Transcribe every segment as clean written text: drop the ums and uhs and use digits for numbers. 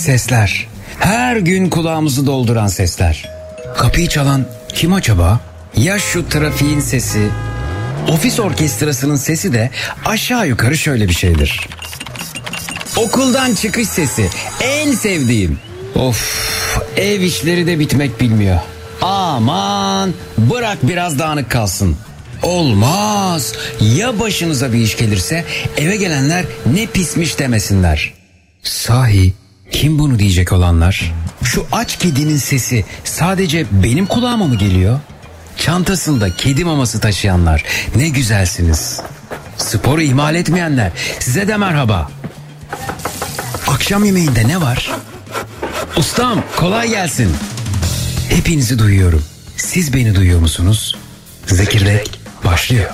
sesler. Her gün kulağımızı dolduran sesler. Kapıyı çalan kim acaba? Ya şu trafiğin sesi, ofis orkestrasının sesi de aşağı yukarı şöyle bir şeydir. Okuldan çıkış sesi, en sevdiğim. Of, ev işleri de bitmek bilmiyor. Aman, bırak biraz dağınık kalsın. Olmaz. Ya başınıza bir iş gelirse eve gelenler ne pismiş demesinler. Sahi kim bunu diyecek olanlar? Şu aç kedinin sesi sadece benim kulağıma mı geliyor? Çantasında kedi maması taşıyanlar ne güzelsiniz. Sporu ihmal etmeyenler size de merhaba. Akşam yemeğinde ne var? Ustam kolay gelsin. Hepinizi duyuyorum. Siz beni duyuyor musunuz? Zekirdek başlıyor.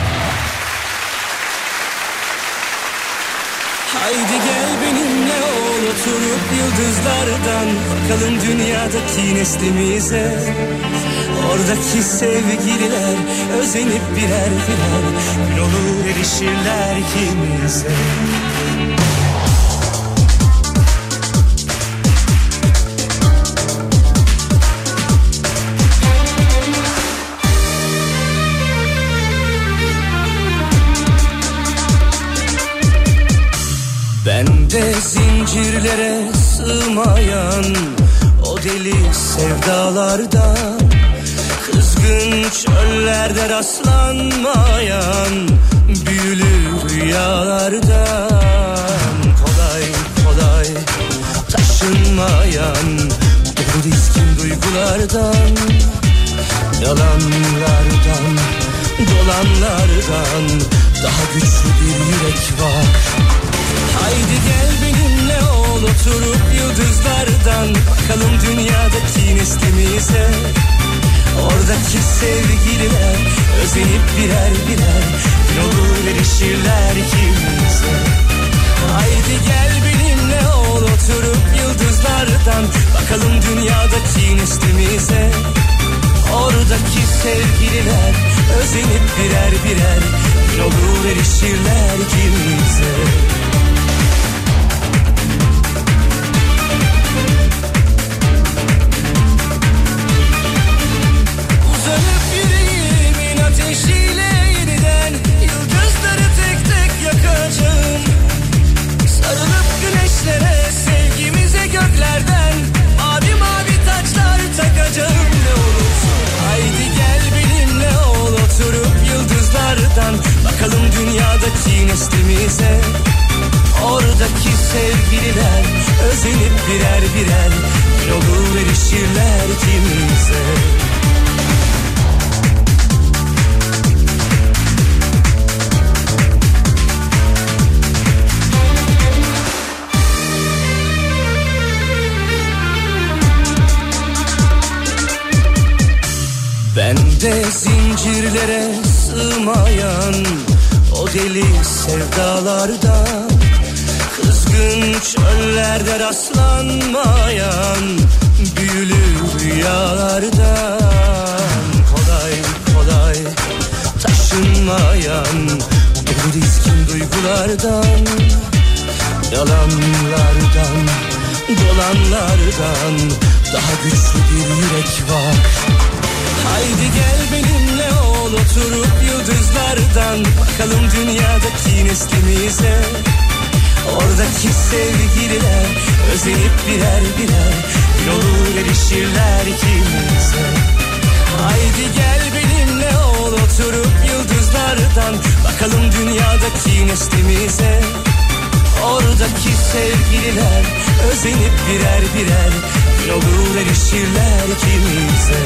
Haydi gel benimle ol, oturup yıldızlardan bakalım dünyadaki neslimize. Oradaki sevgililer özenip birer birer gün olur erişirler kimize. Bende zincirlere sığmayan o deli sevdalardan, kızgın çöllerde rastlanmayan büyülü rüyalardan, kolay kolay taşınmayan dolu dizgin duygulardan, yalanlardan, dolanlardan daha güçlü bir yürek var. Haydi gel benimle ol, oturup yıldızlardan bakalım dünyadaki neslimize. Oradaki sevgililer özenip birer birer gün olur erişirler kimize. Haydi gel benimle ol, oturup yıldızlardan bakalım dünyadaki neslimize. Oradaki sevgililer özenip birer birer gün olur erişirler kimize. Ateşiyle yeniden yıldızları tek tek yakacağım. Sarılıp güneşlere, sevgimize göklerden mavi mavi taçlar takacağım. Ne olursa haydi gel benimle ol, oturup yıldızlardan bakalım dünyadaki neslimize. Oradaki sevgililer özenip birer birer gün olur erişirler kimize. Bende zincirlere sığmayan o deli sevdalardan, kızgın çöllerde rastlanmayan büyülü rüyalardan, kolay kolay taşınmayan dolu dizgin duygulardan, yalanlardan, dolanlardan daha güçlü bir yürek var. Haydi gel benimle ol, oturup yıldızlardan bakalım dünyadaki neslimize. Oradaki sevgililer özenip birer birer gün olur erişirler kimize. Haydi gel benimle ol, oturup yıldızlardan bakalım dünyadaki neslimize. Oradaki sevgililer özenip birer birer gün olur erişirler kimize.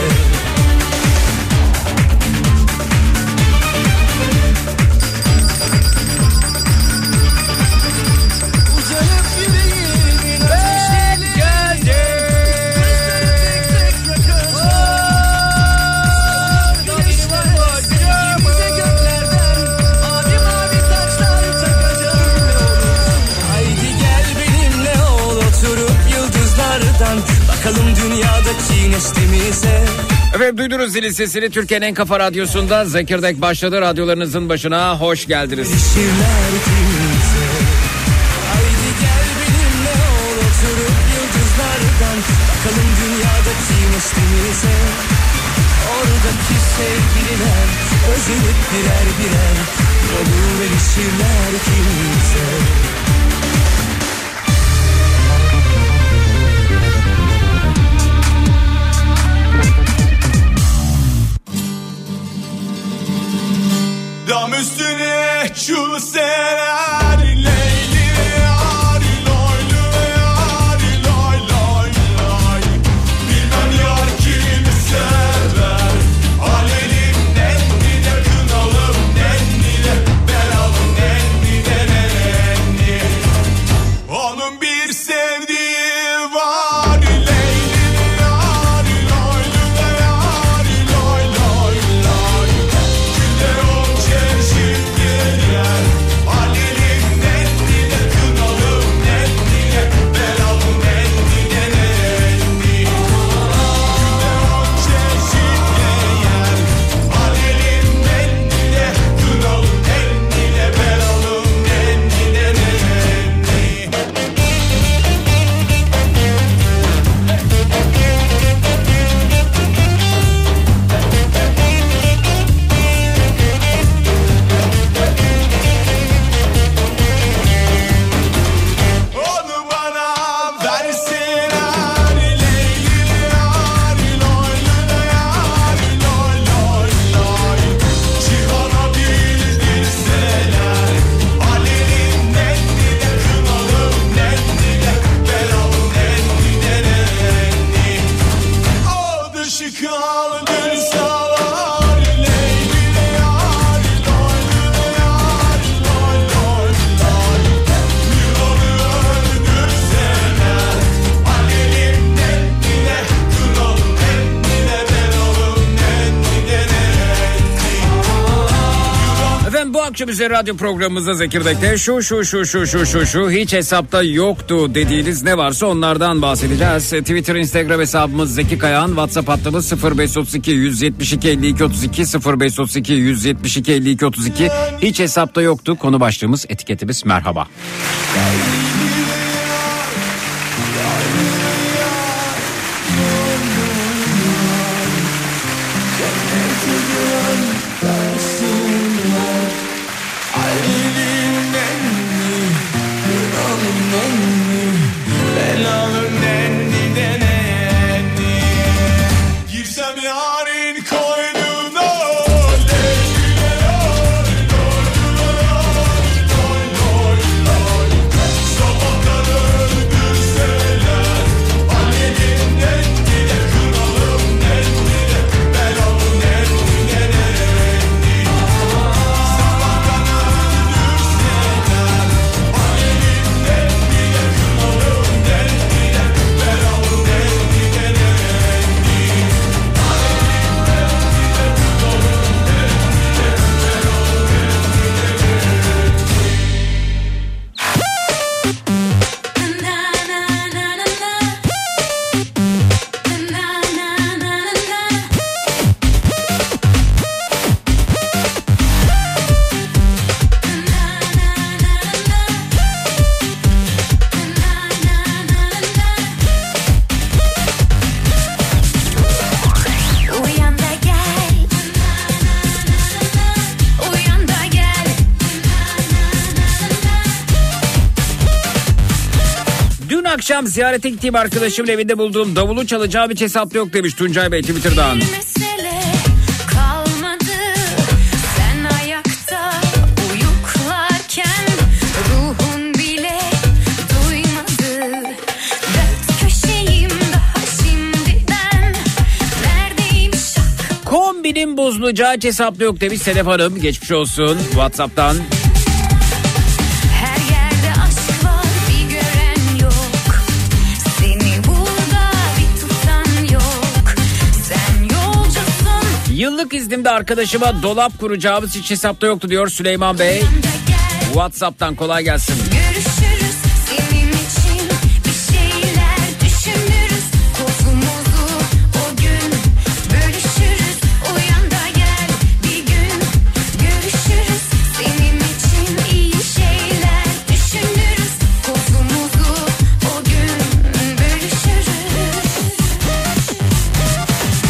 Bakalım dünyadaki neslimize. Evet, duydunuz zilin sesini. Türkiye'nin en kafa radyosunda Zekirdek başladı. Radyolarınızın başına hoş geldiniz. Haydi gel benimle ol, oturup denize. Oradaki sevgililer özülüp birer birer yolu verişirler kimse. Dam üstüne çulseler leyli yari loylu yari loy loy loy. Bilmem yar kimi sever. Alelim nennine kınalım nennine belalım nennine nenni. Onun bir sevdiği var leyli yari loylu yari loy loy loy. Günde o çeşit yer. Alelim nennine kınalım nennine belalım nennine nenni. Günde o çeşit yer. Alelim nennine kınalım nennine belalım nennine nenni. Onu bana versinler leyli yari loylu yari loy loy loy. Cihana bildirseler alelim nennine kınalım nennine belalım nennine nenni. O dışı kaldırsalar leyli yari loylu yari loy loy loy. Yılanı öldürseler alelim nennine kınalım nennine belalım nennine nenni. Efendim bu akşam üzeri radyo programımızda Zekirdek'te şu hiç hesapta yoktu dediğiniz ne varsa onlardan bahsedeceğiz. Twitter, Instagram hesabımız Zeki Kayağan, WhatsApp hattımız 0532 172 52 32 0532 172 52 32. Hiç hesapta yoktu. Konu başlığımız, etiketimiz merhaba. Alelim nenni kınalım nenni belalım nennine nenni. Girsem yarın koynuna leyli yari loylu yari loy loy loy. Sabahtan öldürseler alelim nennine kınalım nennine belalım nennine nenni. Sabahtan öldürseler alelim nennine kınalım nennine belalım nennine nenni. Uyan da gel, uyan da gel. Dün akşam ziyarete gittiğim arkadaşımın evinde bulduğum davulu çalacağım hiç hesapta yok demiş Tuncay Bey Twitter'dan. Mesele kalmadı. Sen ayakta uyuklarken ruhun bile duymadı. Dört köşeyim daha şimdiden. Neredeyim şak? Kombinin bozulacağı hiç hesapta yok demiş Sedef Hanım. Geçmiş olsun WhatsApp'tan. Her yerde aşk var, bir gören yok. Seni burada bir tutan yok. Sen yolcusun, Yıllık iznimde arkadaşıma dolap kuracağımız hiç hesapta yoktu diyor Süleyman Bey. uyan da gel. WhatsApp'tan kolay gelsin. Görüşürüz, senin için bir şeyler düşünürüz. Kozumuzu o gün bölüşürüz. Uyan da gel bir gün görüşürüz. Senin için iyi şeyler düşünürüz. Kozumuzu o gün bölüşürüz.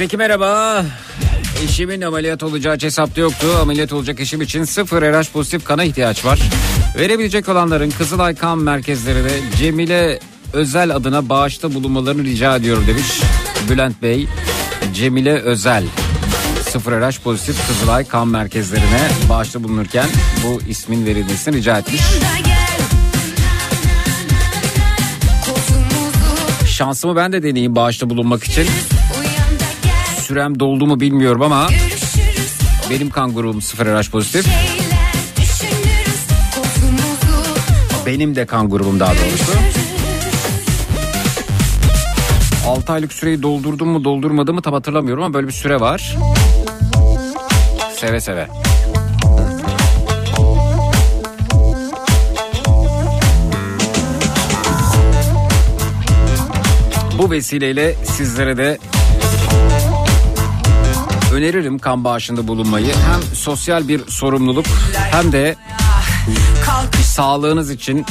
Zeki merhaba. Eşimin ameliyat olacağı hesapta yoktu. Ameliyat olacak eşim için 0 RH pozitif kana ihtiyaç var. Verebilecek olanların Kızılay Kan Merkezleri ve Cemile Özel adına bağışta bulunmalarını rica ediyorum demiş Bülent Bey. Cemile Özel 0 RH pozitif Kızılay Kan Merkezlerine bağışta bulunurken bu ismin verilmesini rica etmiş. Şansımı ben de deneyeyim bağışta bulunmak için. Sürem doldu mu bilmiyorum ama benim kan grubum 0 RH pozitif. Benim de kan grubum daha doğrusu. 6 aylık süreyi doldurdum mu doldurmadım mı tam hatırlamıyorum ama böyle bir süre var. Seve seve. Bu vesileyle sizlere de öneririm kan bağışında bulunmayı. Hem sosyal bir sorumluluk hem de sağlığınız için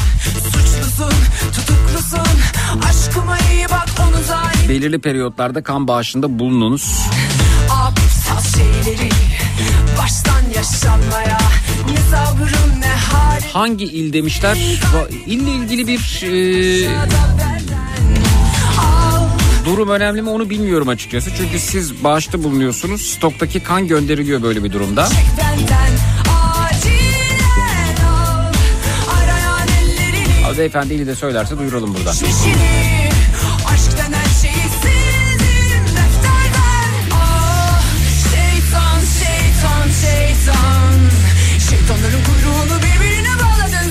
belirli periyotlarda kan bağışında bulununuz. Hangi il demişler? İlle ilgili bir durum önemli mi onu bilmiyorum açıkçası. Çünkü siz bağışta bulunuyorsunuz. Stoktaki kan gönderiliyor böyle bir durumda. Abi beyefendi ili de söylerse duyuralım burada. Şeytanların kuyruğunu birbirine bağladın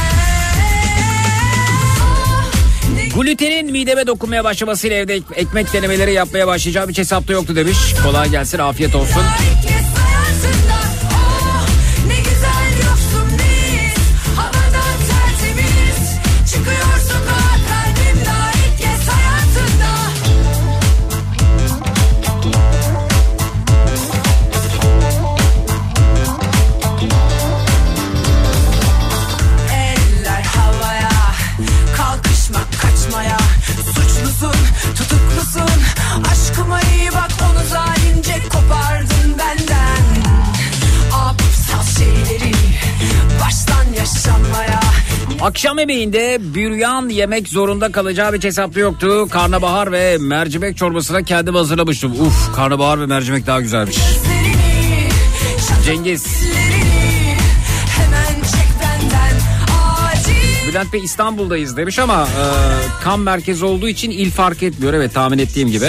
sen. Glutenin mideme dokunmaya başlamasıyla evde ekmek denemeleri yapmaya başlayacağım. Hiç hesapta yoktu demiş. Kolay gelsin, afiyet olsun. Akşam yemeğinde büryan yemek zorunda kalacağı bir hesapta yoktu. Karnabahar ve mercimek çorbasına kendim hazırlamıştım. Uf, karnabahar ve mercimek daha güzelmiş. Cengiz. Bülent Bey İstanbul'dayız demiş ama kan merkezi olduğu için il fark etmiyor. Evet, tahmin ettiğim gibi.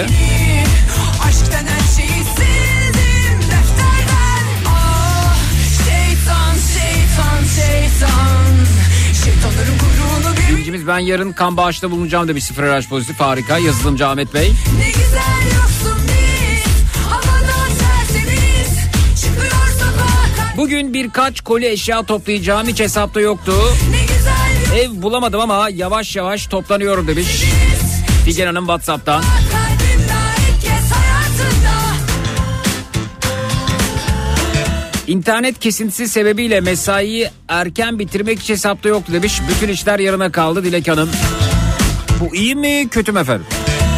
Dinleyicimiz ben yarın kan bağışta bulunacağım demiş 0 RH pozitif, harika. Yazılımcı Ahmet Bey. Ne güzel yoksun biz, havadan tertemiz, çıkıyor sokağa. Bugün birkaç koli eşya toplayacağım, hiç hesapta yoktu. Ev bulamadım ama yavaş yavaş toplanıyorum demiş Figen Hanım WhatsApp'tan. İnternet kesintisi sebebiyle mesaiyi erken bitirmek hiç hesapta yoktu demiş. Bütün işler yarına kaldı Dilek Hanım. Bu iyi mi kötü mü efendim?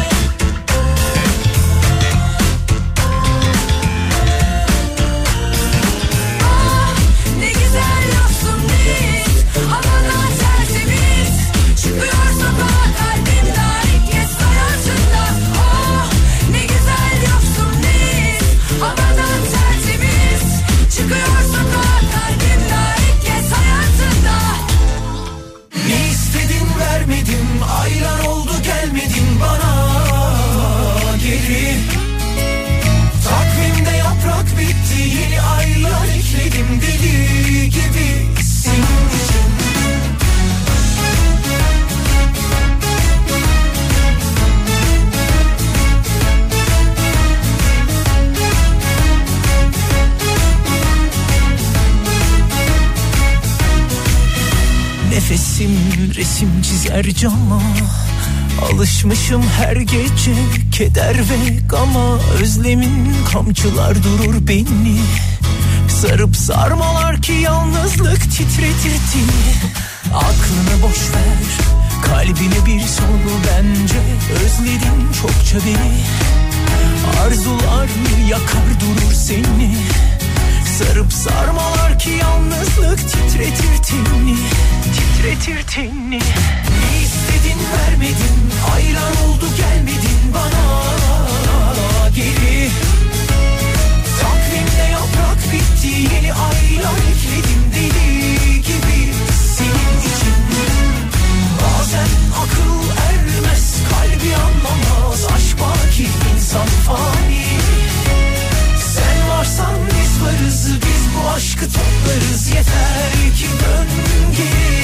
Nefesim resim çizer cama, alışmışım her gece keder ve gama. Özlemin kamçılar durur beni, sarıp sarmalar ki yalnızlık titretirdi. Aklını boş ver, kalbine bir sor bence. Özledin çokça beni, Arzular yakar durur seni. Sarıp sarmalar ki yalnızlık titretir tenini. Titretir tenini. Ne istedin vermedin, hayran oldu gelmedin bana geri. Takvimde yaprak bitti, yeni aylar ekledim deli gibi senin için. Bazen akıl ermez, kalbi anlamaz, aşk var ki insan fani. Sen varsan biz varız, biz bu aşkı toplarız, yeter ki dön geri.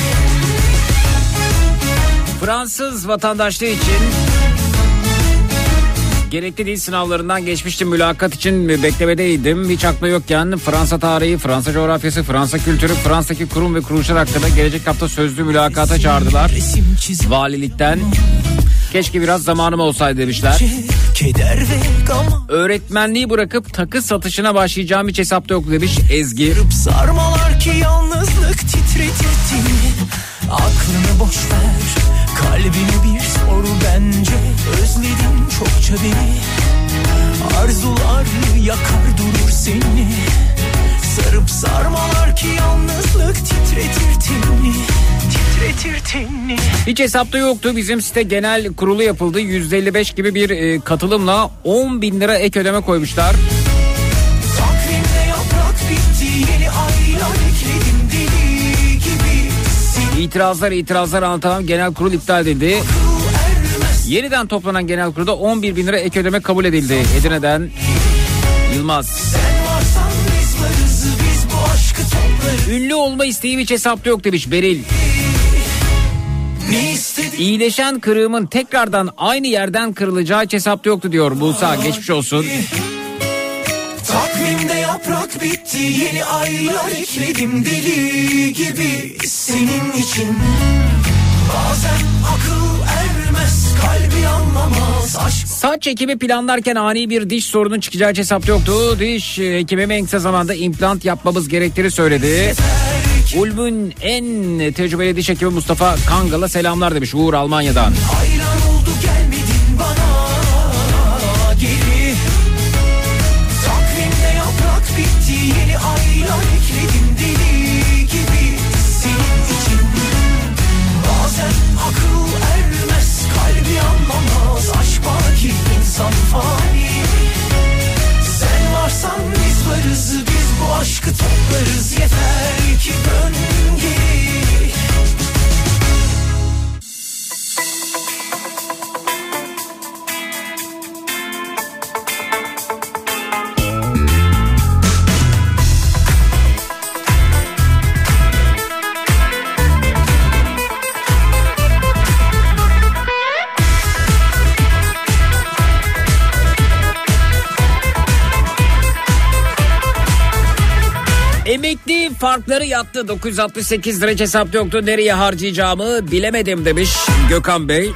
Fransız vatandaşlığı için gerekli dil sınavlarından geçmiştim, mülakat için beklemedeydim. Hiç aklı yokken Fransa tarihi, Fransa coğrafyası, Fransa kültürü, Fransa'daki kurum ve kuruluşlar hakkında gelecek hafta sözlü mülakata çağırdılar. Valilikten. Keşke biraz zamanım olsaydı demişler. Öğretmenliği bırakıp takı satışına başlayacağım, hiç hesapta yok demiş Ezgi. Sarmalar ki yalnızlık titretir seni. Aklını boş ver, kalbini bir sor bence. Özledim çokça beni. Arzular yakar durur seni. Sarıp sarmalar ki yalnızlık titretir tenini. Titretir tenini. Hiç hesapta yoktu. Bizim site genel kurulu yapıldı. %55 gibi bir katılımla 10.000 lira ek ödeme koymuşlar. Takvimde yaprak bitti, yeni aylar ekledim deli gibi. İtirazlar anlatamam. Genel kurul iptal edildi. Yeniden toplanan genel kurulda 11.000 lira ek ödeme kabul edildi. Edirne'den Yılmaz. Ünlü olma isteğim hiç hesapta yok demiş Beril. İyileşen kırığımın tekrardan aynı yerden kırılacağı hiç hesapta yoktu diyor Musa. Geçmiş olsun. Takvimde yaprak bitti, yeni aylar ekledim deli gibi senin için. Bazen akıl ermez, kalbi anlamaz, aşk. Saç ekimi planlarken ani bir diş sorunun çıkacağı hiç hesapta yoktu. Diş hekimime en kısa zamanda implant yapmamız gerektiğini söyledi. Ulm'ün en tecrübeli diş hekimi Mustafa Kangal'a selamlar demiş Uğur Almanya'dan. Hayran oldu gelmedin bana geri. Takvimde yaprak bitti, yeni aylar ekledim deli gibi senin için. Bazen akıl ermez, kalbi anlamaz, aşk var ki insan fani. Sen varsan biz varız, biz bu aşkı toplarız, yeter ki dön geri. Emekli farkları yattı. 968 lira hesapta yoktu. Nereye harcayacağımı bilemedim demiş Gökhan Bey.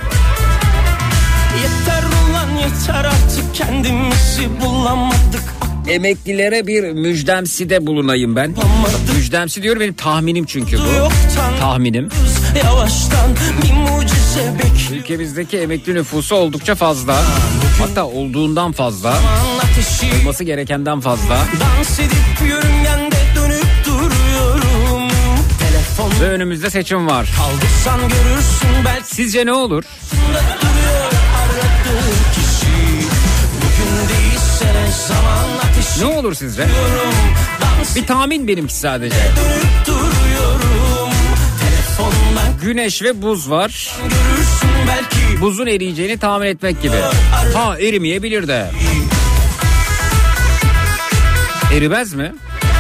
Yeter ulan yeter, artık kendimizi bulamadık. Emeklilere bir müjdemside bulunayım ben. Müjdemsi diyorum, benim tahminim çünkü bu. Tahminim. Yavaştan bir mucize bekliyor. Ülkemizdeki emekli nüfusu oldukça fazla. Hatta olduğundan fazla. Olması gerekenden fazla. Dans edip yörüngende dönüp duruyorum. Telefon ve önümüzde seçim var. Kaldırsan görürsün belki. Sizce ne olur? Duruyor aradığın kişi. Bugün değilse ne zaman ateşi. Ne olur sizce? Bir tahmin benimki sadece. Dönüp duruyorum. Telefondan güneş ve buz var. Görürsün belki. Buzun eriyeceğini tahmin etmek gibi. Ha, erimeyebilir de. Erimez mi?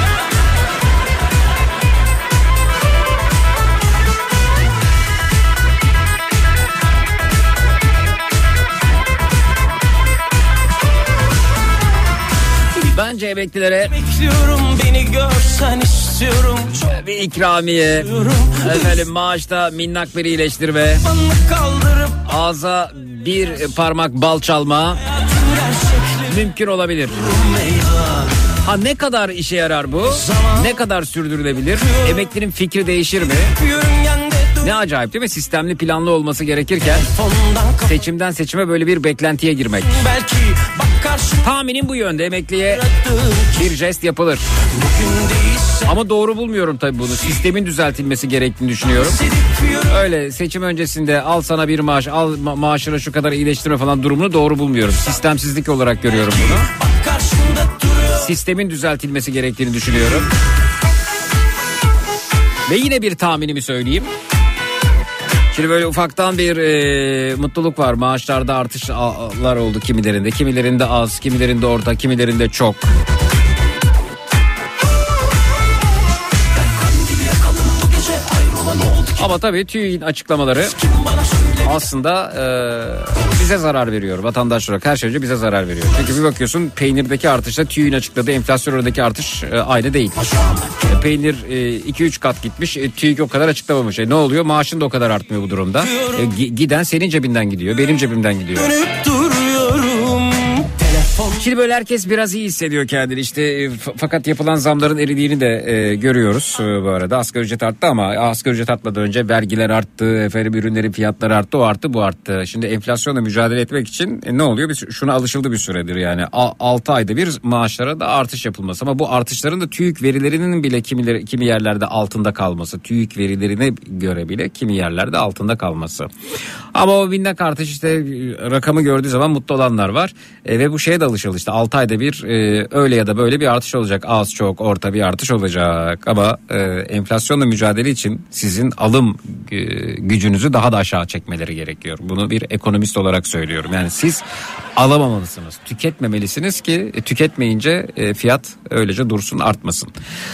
Bence emeklilere bekliyorum, beni görsen istiyorum. Bir ikramiye, efendim maaşta minnak bir iyileştirme, ağza bir parmak bal çalma mümkün olabilir. Ha, ne kadar işe yarar bu? Ne kadar sürdürülebilir? Emeklinin fikri değişir mi? Ne acayip değil mi? Sistemli, planlı olması gerekirken seçimden seçime böyle bir beklentiye girmek. Belki bak karşına Tahminim bu yönde, emekliye bir jest yapılır. Ama doğru bulmuyorum tabii bunu. Sistemin düzeltilmesi gerektiğini düşünüyorum. Öyle seçim öncesinde al sana bir maaş, al maaşına şu kadar iyileştirme falan durumunu doğru bulmuyorum. Sistemsizlik olarak görüyorum bunu. Sistemin düzeltilmesi gerektiğini düşünüyorum. Ve yine bir tahminimi söyleyeyim. Şimdi böyle ufaktan bir mutluluk var. Maaşlarda artışlar oldu kimilerinde. Kimilerinde az, kimilerinde orta, kimilerinde çok. Ama tabii TÜİK'in açıklamaları aslında bize zarar veriyor. Vatandaş olarak her şey önce bize zarar veriyor. Çünkü bir bakıyorsun peynirdeki artışla TÜİK'in açıkladığı enflasyon oranındaki artış aynı değil. Peynir 2-3 kat gitmiş, TÜİK o kadar açıklamamış. Ne oluyor? Maaşın da o kadar artmıyor bu durumda. Giden senin cebinden gidiyor, benim cebimden gidiyor. Şimdi böyle herkes biraz iyi hissediyor kendini işte, fakat yapılan zamların eridiğini de görüyoruz bu arada. Asgari ücret arttı ama asgari ücret artmadan önce vergiler arttı, efendim ürünlerin fiyatları arttı, o arttı, bu arttı. Şimdi enflasyonla mücadele etmek için ne oluyor? Şuna alışıldı bir süredir yani 6 ayda bir maaşlara da artış yapılması, ama bu artışların da TÜİK verilerinin bile kimi yerlerde altında kalması, TÜİK verilerine göre bile kimi yerlerde altında kalması. Ama o minnak artış işte rakamı gördüğü zaman mutlu olanlar var ve bu şeye de alışıldı. İşte 6 ayda bir öyle ya da böyle bir artış olacak. Az çok orta bir artış olacak. Ama enflasyonla mücadele için sizin alım gücünüzü daha da aşağı çekmeleri gerekiyor. Bunu bir ekonomist olarak söylüyorum. Yani siz alamamalısınız. Tüketmemelisiniz ki tüketmeyince fiyat öylece dursun, artmasın.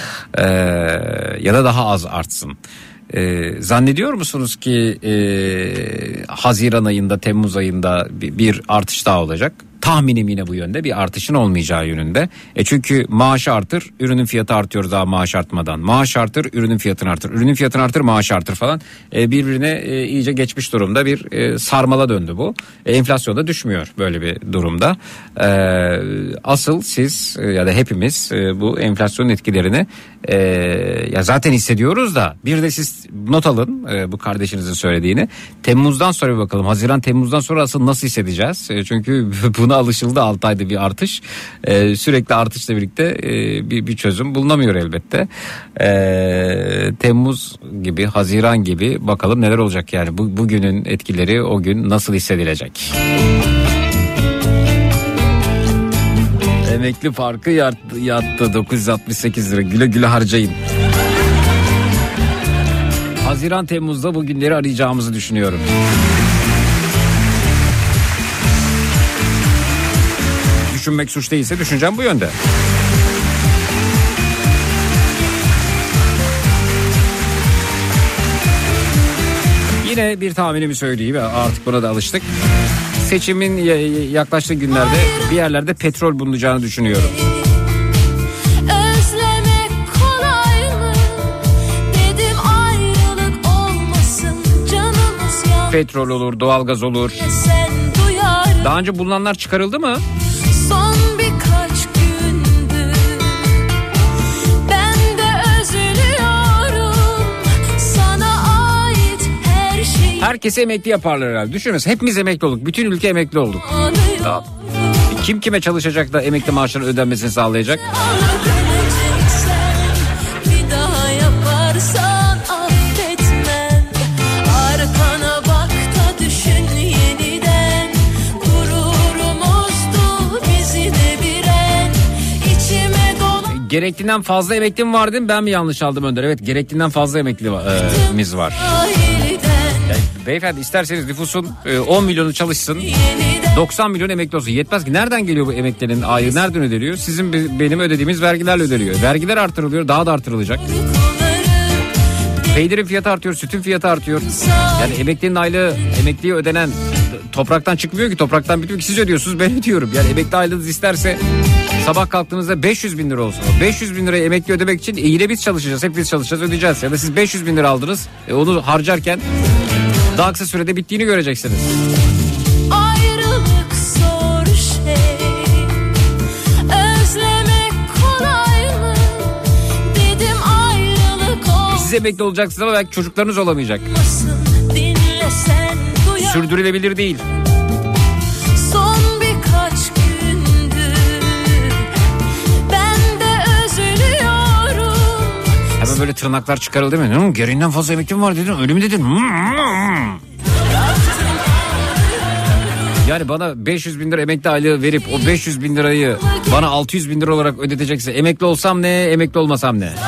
Ya da daha az artsın. Zannediyor musunuz ki Haziran ayında, Temmuz ayında bir artış daha olacak? Tahminim yine bu yönde, bir artışın olmayacağı yönünde. Çünkü maaş artır, ürünün fiyatı artıyor daha maaş artmadan. Maaş artır, ürünün fiyatını artır. Ürünün fiyatını artır, maaş artır falan. Birbirine iyice geçmiş durumda bir sarmala döndü bu. Enflasyon da düşmüyor böyle bir durumda. Asıl siz ya da hepimiz bu enflasyonun etkilerini ya zaten hissediyoruz da bir de siz not alın bu kardeşinizin söylediğini. Temmuz'dan sonra bir bakalım. Haziran, Temmuz'dan sonra asıl nasıl hissedeceğiz? Çünkü buna alışıldı, 6 ayda bir artış. Sürekli artışla birlikte bir çözüm bulunamıyor elbette. Temmuz gibi, Haziran gibi bakalım neler olacak yani. Bugünün etkileri o gün nasıl hissedilecek? Emekli farkı yattı 968 lira. Güle güle harcayın. Haziran, Temmuz'da bu günleri arayacağımızı düşünüyorum. Düşünmek suç değilse düşüneceğim bu yönde. Yine bir tahminimi söyleyeyim, artık buna da alıştık. Seçimin yaklaştığı günlerde bir yerlerde petrol bulunacağını düşünüyorum. Özlemek kolay mı? Dedim ayrılık olmasın, canımız yan. Petrol olur, doğalgaz olur. Sen duyar. Daha önce bulunanlar çıkarıldı mı? Son birkaç gündür ben de üzülüyorum. Sana ait her şeyi Herkese emekli yaparlar herhalde. Düşünün, hepimiz emekli olduk. Bütün ülke emekli olduk. anıyorum. Kim kime çalışacak da emekli maaşlarının ödenmesini sağlayacak? Döneceksen bir daha yaparsan affetmem. Arkana bak da düşün yeniden. Gururumuzdu bizi deviren. İçime dolan Gerektiğinden fazla emekli mi var değil mi? Ben mi yanlış aldım Önder? Evet, gerektiğinden fazla emeklimiz var. yeniden. Yani beyefendi, isterseniz nüfusun 10 milyonu çalışsın, 90 milyon emekli olsun. Yetmez ki. Nereden geliyor bu emeklinin ayı? Nereden ödeniyor? Sizin benim ödediğimiz vergilerle ödeniyor. Vergiler artırılıyor, daha da artırılacak. Peynirin fiyatı artıyor, sütün fiyatı artıyor. Yani emeklinin aylığı, emekliye ödenen topraktan çıkmıyor ki, topraktan bitiyor ki, siz ödüyorsunuz, ben ödüyorum. Yani emekli aylığınız isterse sabah kalktığınızda 500 bin lira olsun. O 500 bin lirayı emekli ödemek için yine biz çalışacağız, hepimiz çalışacağız, ödeyeceğiz. Ya da siz 500 bin lira aldınız, onu harcarken daha kısa sürede bittiğini göreceksiniz. Ayrılık zor şey. Özlemek kolay mı? Dedim ayrılık olmasın. Siz emekli olacaksınız ama belki çocuklarınız olamayacak. Dinlesen duyar. Sürdürülebilir değil. Son birkaç gündür ben de üzülüyorum. Hemen böyle tırnaklar çıkarıldı değil mi? Gereğinden fazla emeklim var dedin. Öyle mi dedin? Yani bana 500 bin lira emekli aylığı verip o 500 bin lirayı bana 600 bin lira olarak ödetecekse emekli olsam ne, emekli olmasam ne?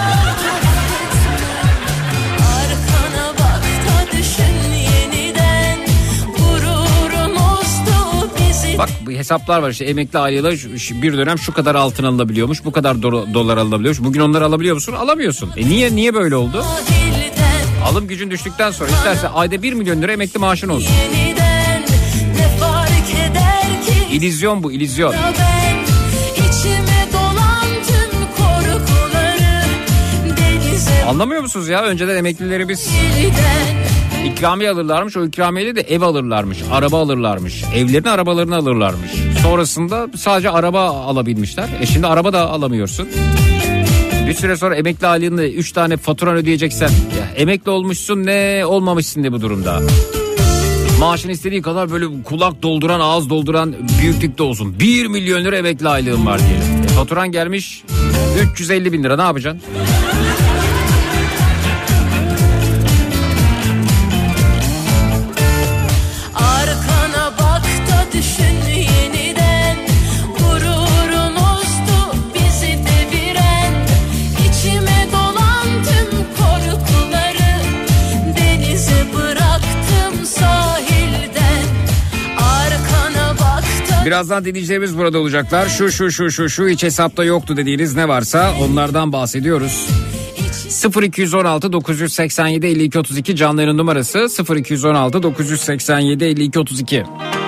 Arkana bak da düşün yeniden. Gururumuzdu bizi. Bak bu hesaplar var işte, emekli aylığıyla bir dönem şu kadar altın alınabiliyormuş, bu kadar dolar alınabiliyormuş. Bugün onları alabiliyor musun? Alamıyorsun. Niye böyle oldu? Sahilden Alım gücün düştükten sonra isterse ayda 1 milyon lira emekli maaşın olsun. yeniden ne fark eder ki? İllüzyon bu, illüzyon. Ben içime dolan tüm korkuları denize Anlamıyor musunuz ya? Önceden emeklileri biz yeniden. ikramiye alırlarmış. O ikramiyeyle de ev alırlarmış, araba alırlarmış. Evlerini, arabalarını alırlarmış. Sonrasında sadece araba alabilmişler. Şimdi araba da alamıyorsun. Bir süre sonra emekli aylığında 3 tane faturan ödeyeceksen ya, emekli olmuşsun ne, olmamışsın ne bu durumda. Maaşın istediği kadar böyle kulak dolduran, ağız dolduran büyüklükte olsun. 1 milyon lira emekli aylığım var diyelim. Faturan gelmiş 350 bin lira, ne yapacaksın? Arkana bak da düşün yeniden. Gururumuzdu bizi deviren. İçime dolan tüm korkuları denize bıraktım sahilden. Arkana bak da. Birazdan dinleyicilerimiz burada olacaklar. Şu hiç hesapta yoktu dediğiniz ne varsa onlardan bahsediyoruz. 0216 987 52 32 canlı yayın numarası 0216 987 52 32.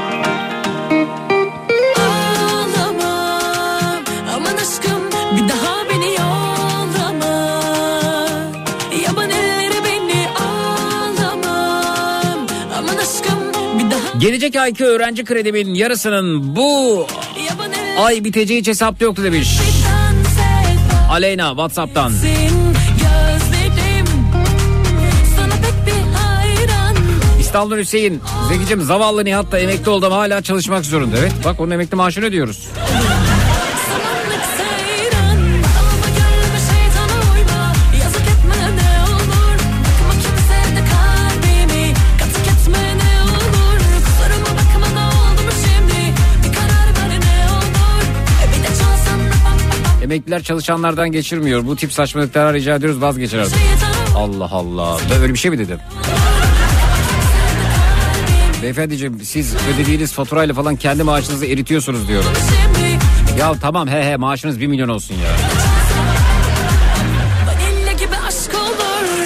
Ağlamam aman aşkım, bir daha beni yollama. Yaban elleri beni ağlamam aman aşkım, bir daha. Gelecek ayki öğrenci kredimin yarısının bu Yaban elleri ay biteceği hiç hesapta yoktu demiş. dans et. Aleyna WhatsApp'tan. Gözlerim sana pek bir hayran. İstanbul Hüseyin. Zekicim, zavallı Nihat da emekli oldu ama hala çalışmak zorunda. Evet bak, onun emekli maaşını ödüyoruz. Samanlık sayran. Alma gölme şeytana uyma. Yazık etme ne olur. Bakma kimse de kalbimi. Katık etme ne olur. Kusuruma bakma ne oldu mu şimdi. Bir karar ver ne olur. Bir de çalsan pam pam pam. Emekliler çalışanlardan geçirmiyor. Bu tip saçmalıklara rica ediyoruz, vazgeçin artık. Şeytana Allah Allah. Ben öyle bir şey mi dedim? Beyefendiciğim, siz ödediğiniz faturayla falan kendi maaşınızı eritiyorsunuz diyorum. şimdi. Ya tamam, maaşınız 1 milyon olsun ya. Vanilya gibi aşk olur.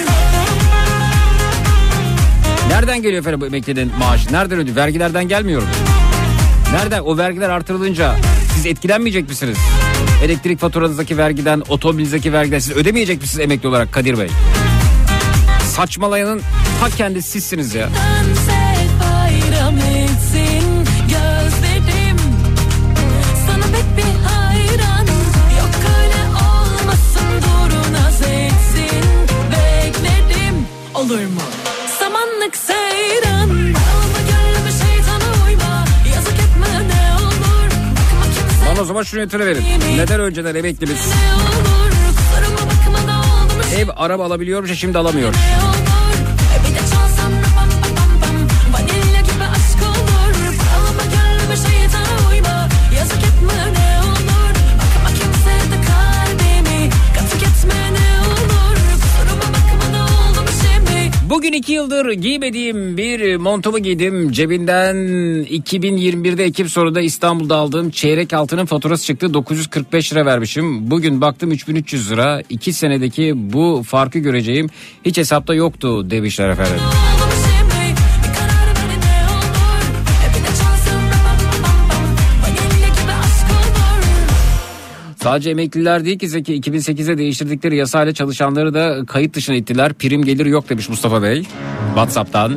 Nereden geliyor efendim bu emeklinin maaşı? Nereden ödüyor? Vergilerden gelmiyor mu? Nereden? O vergiler artırılınca siz etkilenmeyecek misiniz? Elektrik faturanızdaki vergiden, otomobilinizdeki vergiden siz ödemeyecek misiniz emekli olarak Kadir Bey? Saçmalayanın ta kendisi sizsiniz ya. Dans et, bayram etsin gözlerim. Sana pek bir hayran. Yok öyle olmasın, dur naz etsin. Bekledim, olur mu? Samanlık seyran. Alma gölme şeytana uyma. Yazık etme ne olur. Bakma kimse Bana o zaman şunu verin. Neden önceden emeklimiz ne olur. Kusuruma bakma da oldu mu ev, araba alabiliyormuş, şimdi alamıyor? ne olur. Bir de çalsam pam pam pam pam. Vanilya gibi aşk olur. Alma gölme şeytana uyma. Yazık etme ne olur. Bakma kimse de kalbimi. Katık etme ne olur. Kusuruma bakma da oldu mu şimdi. Bugün 2 yıldır giymediğim bir montumu giydim. Cebinden 2021'de Ekim sonunda İstanbul'da aldığım çeyrek altının faturası çıktı. 945 lira vermişim. Bugün baktım 3300 lira. 2 senedeki bu farkı göreceğim hiç hesapta yoktu demişler efendim. Oldu mu şimdi? Bir karar ver ne olur. Bir de çalsam pam pam pam. Vanilya gibi aşk olur. Sadece emekliler değil ki Zeki, 2008'de değiştirdikleri yasayla çalışanları da kayıt dışına ittiler. Prim gelir yok demiş Mustafa Bey WhatsApp'tan.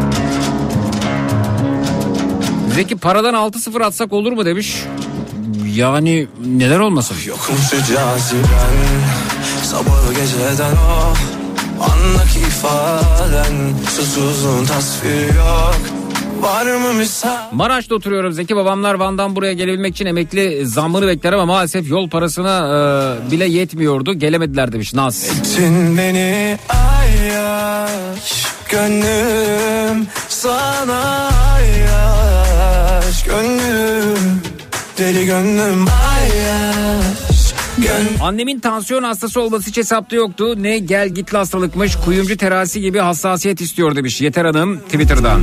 Zeki, paradan 6-0 atsak olur mu demiş. Yani neden olmasın? Yokumsu caziben, sabahı geceden o andaki ifaden, susuzluğun tasviri yok. Var mı misal? Maraş'ta oturuyorum Zeki, babamlar Van'dan buraya gelebilmek için emekli zammını bekler ama maalesef yol parasına bile yetmiyordu, gelemediler demiş Naz. Ettin beni ayyaş, gönlüm sana ayyaş, gönlüm deli gönlüm ayyaş. Annemin tansiyon hastası olması hiç hesapta yoktu. Ne gel gitli hastalıkmış, kuyumcu terasi gibi hassasiyet istiyor demiş Yeter Hanım Twitter'dan.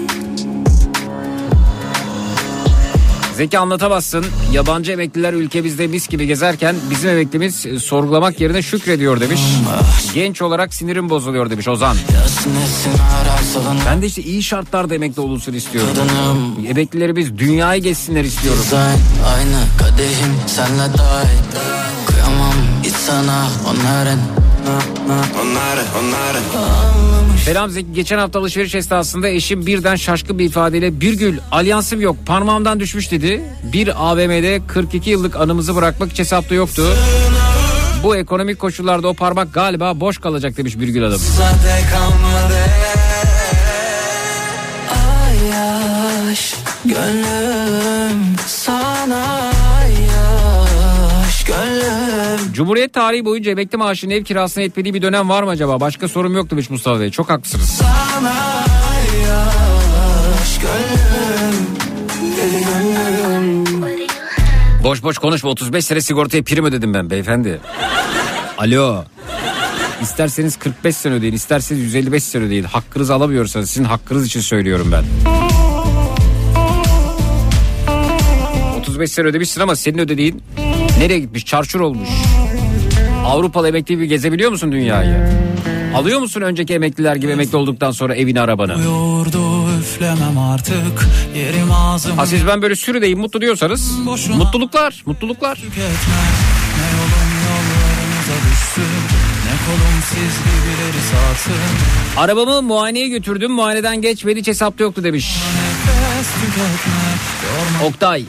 Zeki anlatamazsın. Yabancı emekliler ülkemizde mis gibi gezerken bizim emeklimiz sorgulamak yerine şükrediyor demiş. Genç olarak sinirim bozuluyor demiş Ozan. Ben de işte iyi şartlarda emekli olunsun istiyorum. Emeklilerimiz dünyayı gezsinler istiyorum. Aynı kadehim senle dahi. Kıyamam hiç sana onların. Selam Zeki, geçen hafta alışveriş esnasında eşim birden şaşkın bir ifadeyle bir gül alyansım yok parmağımdan düşmüş dedi. Bir AVM'de 42 yıllık anımızı bırakmak hiç hesapta yoktu. Bu ekonomik koşullarda o parmak galiba boş kalacak demiş Birgül Hanım. Ayyaş gönlüm sana ayyaş gönlüm. Cumhuriyet tarihi boyunca emekli maaşının ev kirasına yetmediği bir dönem var mı acaba? Başka sorum yok demiş Mustafa Bey. Çok haklısınız. Sana ayyaş gönlüm deli gönlüm. Boş boş konuşma, 35 sene sigortaya prim ödedim ben beyefendi. Alo. İsterseniz 45 sene ödeyin, isterseniz 155 sene ödeyin. Hakkınızı alamıyorsanız sizin hakkınız için söylüyorum ben. 35 sene ödemişsin ama senin ödediğin nereye gitmiş? Çarçur olmuş. Avrupalı emekli gibi gezebiliyor musun dünyayı? Alıyor musun önceki emekliler gibi emekli olduktan sonra evini, arabanı? Ha, siz ben böyle sürüdeyim mutlu diyorsanız mutluluklar, mutluluklar. Arabamı muayeneye götürdüm, muayeneden geçmedi, hiç hesapta yoktu demiş Oktay.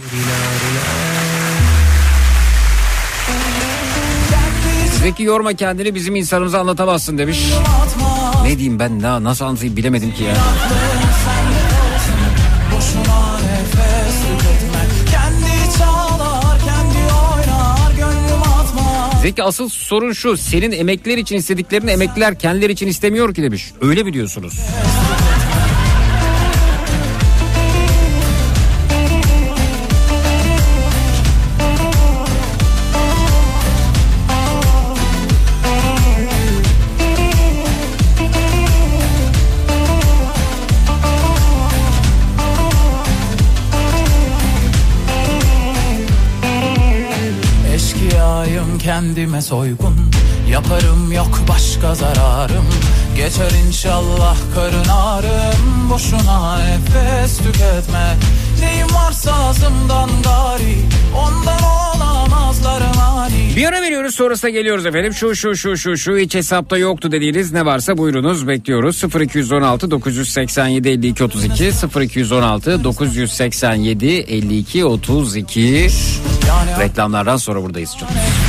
Zeki yorma kendini, bizim insanımıza anlatamazsın demiş. Ne diyeyim ben, nasıl anlatayım bilemedim ki ya. Zeki asıl sorun şu, senin emekliler için istediklerini emekliler kendileri için istemiyor ki demiş. Öyle mi diyorsunuz? Kendime soygun yaparım, yok başka zararım. Geçer inşallah karın ağrım. Boşuna nefes tüketme. Neyim varsa ağzımdan gari, ondan olamazlar mani. Bir ara veriyoruz, sonrasında geliyoruz efendim. Şu hiç hesapta yoktu dediğiniz ne varsa buyurunuz, bekliyoruz. 0216 987 52 32 0216 987 52 32. Reklamlardan sonra buradayız canım.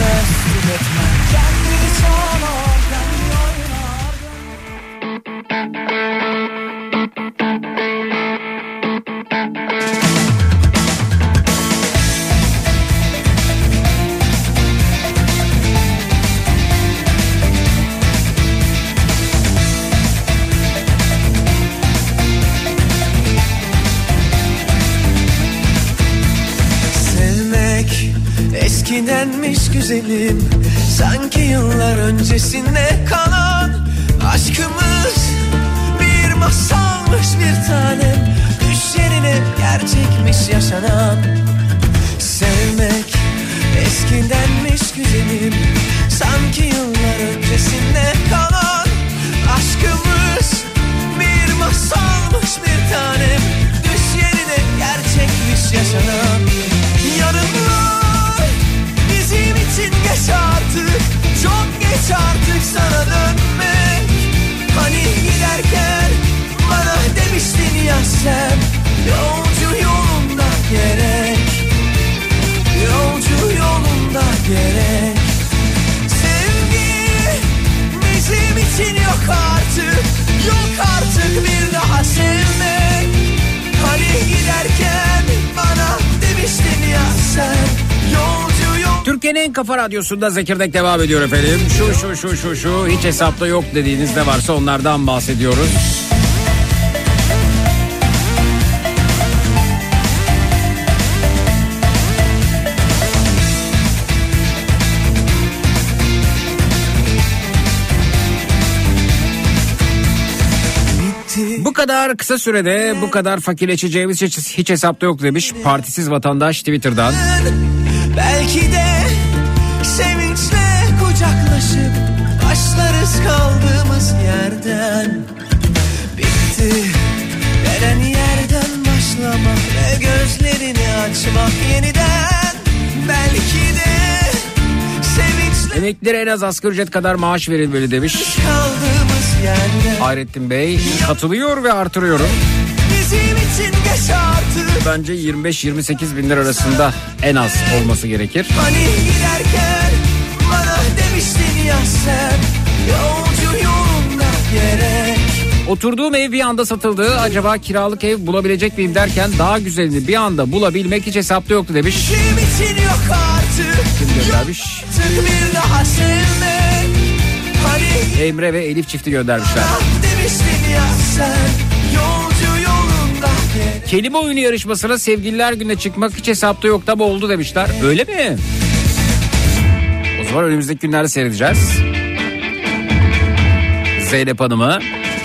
Eskidenmiş güzelim, sanki yıllar öncesinde kalan aşkımız bir masalmış bir tanem, düş yerine gerçekmiş yaşanan. Sevmek eskidenmiş güzelim, sanki yıllar öncesinde kalan aşkımız bir masalmış bir tanem, düş yerine gerçekmiş yaşanan. Yarınlar bizim için geç artık, çok geç artık sana dönmek. Hani giderken bana demiştin ya sen, yolcu yolunda gerek. Yol en kafa radyosunda Zekirdek devam ediyor efendim. Şu hiç hesapta yok dediğiniz ne varsa onlardan bahsediyoruz. Bu kadar kısa sürede bu kadar fakirleşeceğimiz hiç hesapta yok demiş partisiz vatandaş Twitter'dan. Belki de sevinçle kucaklaşıp başlarız kaldığımız yerden. Bitti denen yerden başlamak ve gözlerini açmak yeniden. Belki de sevinçle Emeklilere en az asgari ücret kadar maaş verilmeli demiş kaldığımız yerden. Hayrettin Bey. Katılıyor ve artırıyorum. Bizim için geç artık. Bence 25-28 bin lira arasında en az olması gerekir. Hani giderken bana demiştin ya sen, yolcu yolunda gerek. Oturduğum ev bir anda satıldı. Acaba kiralık ev bulabilecek miyim derken daha güzelini bir anda bulabilmek hiç hesapta yoktu demiş. Bizim için yok artık. Kim göndermiş? Artık bir daha sevmek. Hani Emre ve Elif çifti göndermişler. demiştin ya sen, yolcu yolunda gerek. Kelime oyunu yarışmasına sevgililer gününe çıkmak hiç hesapta yok da oldu demişler. Öyle mi? O zaman önümüzdeki günlerde seyredeceğiz. Zeynep Hanım'ı.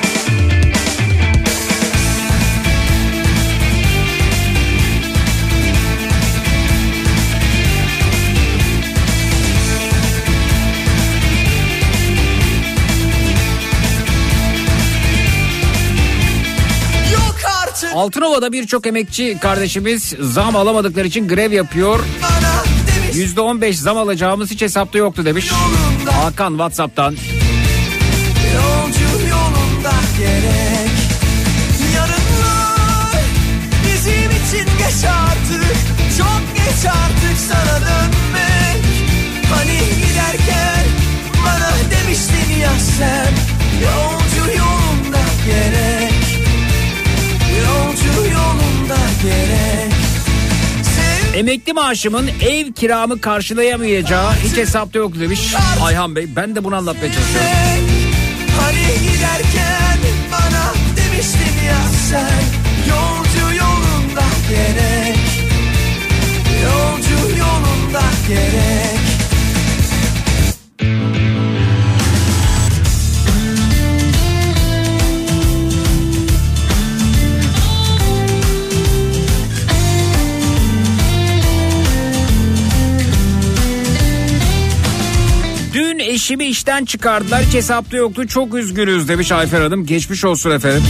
Yok artık Altınova'da birçok emekçi kardeşimiz zam alamadıkları için grev yapıyor. bana demiştin %15 zam alacağımız hiç hesapta yoktu demiş. Hakan WhatsApp'tan. yolcu yolunda gerek. Yarınlar bizim için geç artık. Çok geç artık sana dönmek. Hani giderken bana demiştin ya sen, yolcu yolunda gerek. Yolcu yolunda gerek. Emekli maaşımın ev kiramı karşılayamayacağı hiç hesapta yoktu demiş. Ayhan Bey, ben de bunu anlatmaya çalışıyorum. Hani giderken bana demiştin ya sen, yolcu yolunda gerek. Yolcu yolunda gerek. Dün eşimi işten çıkardılar, hiç hesapta yoktu, çok üzgünüz demiş Ayfer Hanım. Geçmiş olsun efendim.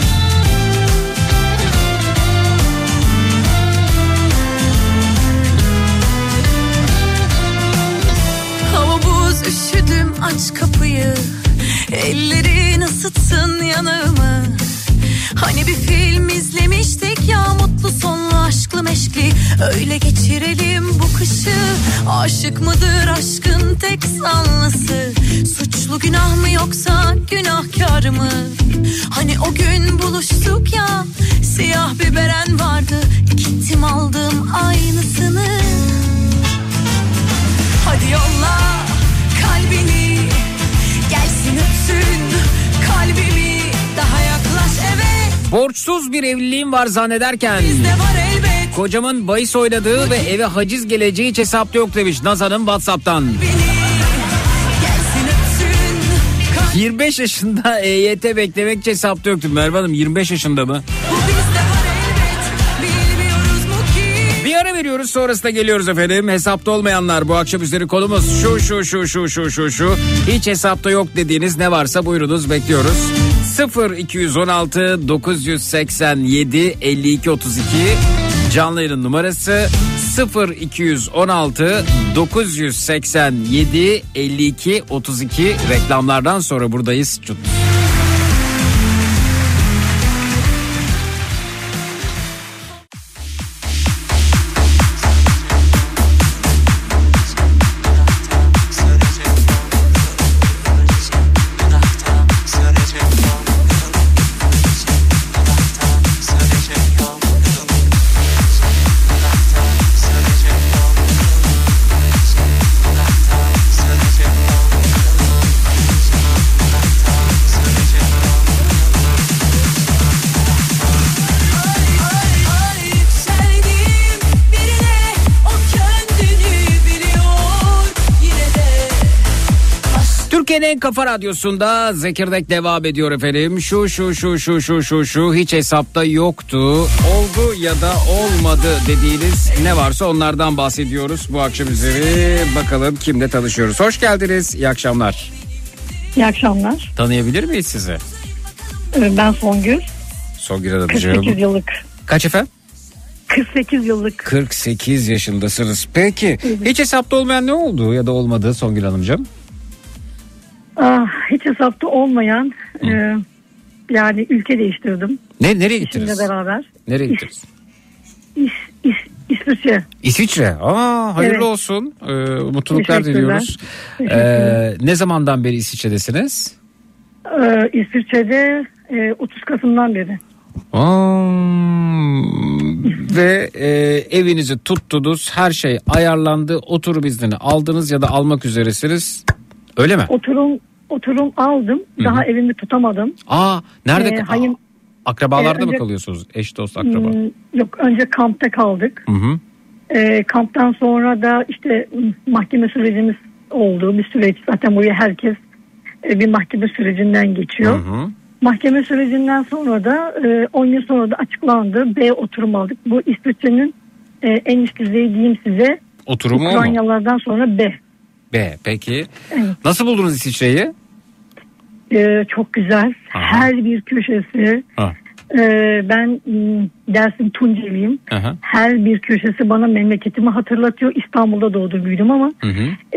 Hava buz üşüdüm aç kapıyı, ellerin ısıtsın yanağımı. Hani bir film izlemiştik ya, mutlu sonlu aşklı meşkli, öyle geçirelim bu kışı. Aşık mıdır aşkın tek zanlısı, suçlu günah mı yoksa günahkar mı? Hani o gün buluştuk ya, siyah bir beren vardı, gittim aldım aynısını. Hadi yolla kalbini, gelsin öpsün kalbimi, daha yaklaş eve. Borçsuz bir evliliğim var zannederken Bizde var elbet kocamın bahis oynadığı ve eve haciz geleceği hiç hesapta yok demiş Nazan'ın WhatsApp'tan. beni, gelsin öpsün 25 yaşında EYT beklemek hiç hesapta yoktu. Merve Hanım 25 yaşında mı? bu bizde var elbet, bilmiyoruz mu ki? Bir ara veriyoruz, sonrasında geliyoruz efendim. Hesapta olmayanlar, bu akşam üzeri konumuz şu. Hiç hesapta yok dediğiniz ne varsa buyurunuz, bekliyoruz. 0216 987 52 32 canlı yayın numarası 0216 987 52 32. Reklamlardan sonra buradayız. Çut. Türkiye'nin en kafa radyosunda Zekirdek devam ediyor efendim. Şu hiç hesapta yoktu, oldu ya da olmadı dediğiniz ne varsa onlardan bahsediyoruz bu akşam üzeri. Bakalım kimle tanışıyoruz. Hoş geldiniz. İyi akşamlar. İyi akşamlar. Tanıyabilir miyiz sizi? Ben Songül. Songül Hanımcığım. 48 yıllık. Kaç efendim? 48 yıllık. 48 yaşındasınız. Peki hiç hesapta olmayan ne oldu ya da olmadı Songül Hanımcığım? Hiç hesapta olmayan yani ülke değiştirdim. Nereye gittiniz? İşimle beraber. Nereye gittiniz? İsviçre. İsviçre. Hayırlı Evet. olsun. Mutluluklar Teşekkürler. diliyoruz. Ne zamandan beri İsviçre'desiniz? İsviçre'de 30 Kasım'dan beri. Ve evinizi tuttunuz, her şey ayarlandı, oturum iznini aldınız ya da almak üzeresiniz, öyle mi? Oturum aldım. Daha evimi tutamadım. Nerede? Akrabalarda mı önce- kalıyorsunuz? Eş, dost, akraba? Yok, önce kampta kaldık. Hı. Kamptan sonra da işte mahkeme sürecimiz oldu. Bir süreç, zaten buraya herkes bir mahkeme sürecinden geçiyor. Hı. Mahkeme sürecinden sonra da 10 gün sonra da açıklandı. B oturum aldık. Bu İsviçre'nin en üst düzeyi diyeyim size. Oturumu mu? Ukraynalardan sonra B. Peki. Evet. Nasıl buldunuz İsviçre'yi? Çok güzel. Aha. Her bir köşesi. Ha. Ben Dersim Tunceliyim. Aha. Her bir köşesi bana memleketimi hatırlatıyor. İstanbul'da doğdum büyüdüm ama Hı.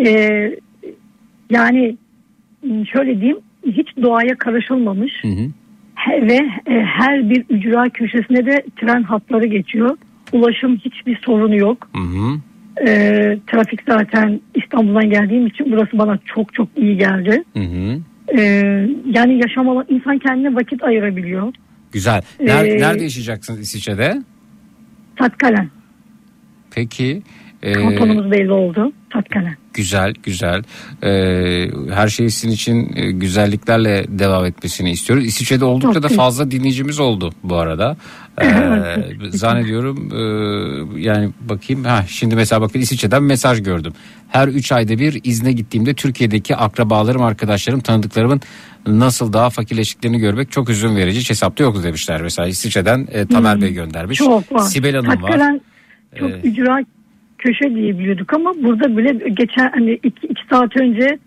yani şöyle diyeyim, hiç doğaya karışılmamış. Hı. Ve her bir ücra köşesine de tren hatları geçiyor. Ulaşım hiçbir sorunu yok. Hı. Trafik zaten İstanbul'dan geldiğim için burası bana çok çok iyi geldi. Hı. Yani yaşamalı insan kendine vakit ayırabiliyor. Güzel. Nerede yaşayacaksınız İsviçre'de? Tatkalen. Peki. Kantonumuz belli oldu. Tatkalen. Güzel. Her şey sizin için güzelliklerle devam etmesini istiyoruz. İsviçre'de oldukça da fazla dinleyicimiz oldu bu arada. Zannediyorum yani bakayım. Şimdi mesela bakın İsviçre'den mesaj gördüm. Her 3 ayda bir izne gittiğimde Türkiye'deki akrabalarım, arkadaşlarım, tanıdıklarımın nasıl daha fakirleştiklerini görmek çok üzün verici. Hiç hesapta yoktu demişler. Mesela İsviçre'den Tamer Bey göndermiş. Çok var. Sibel Hanım var. Tatkalen çok ücra köşe diye biliyorduk ama burada bile geçen hani 2 saat önce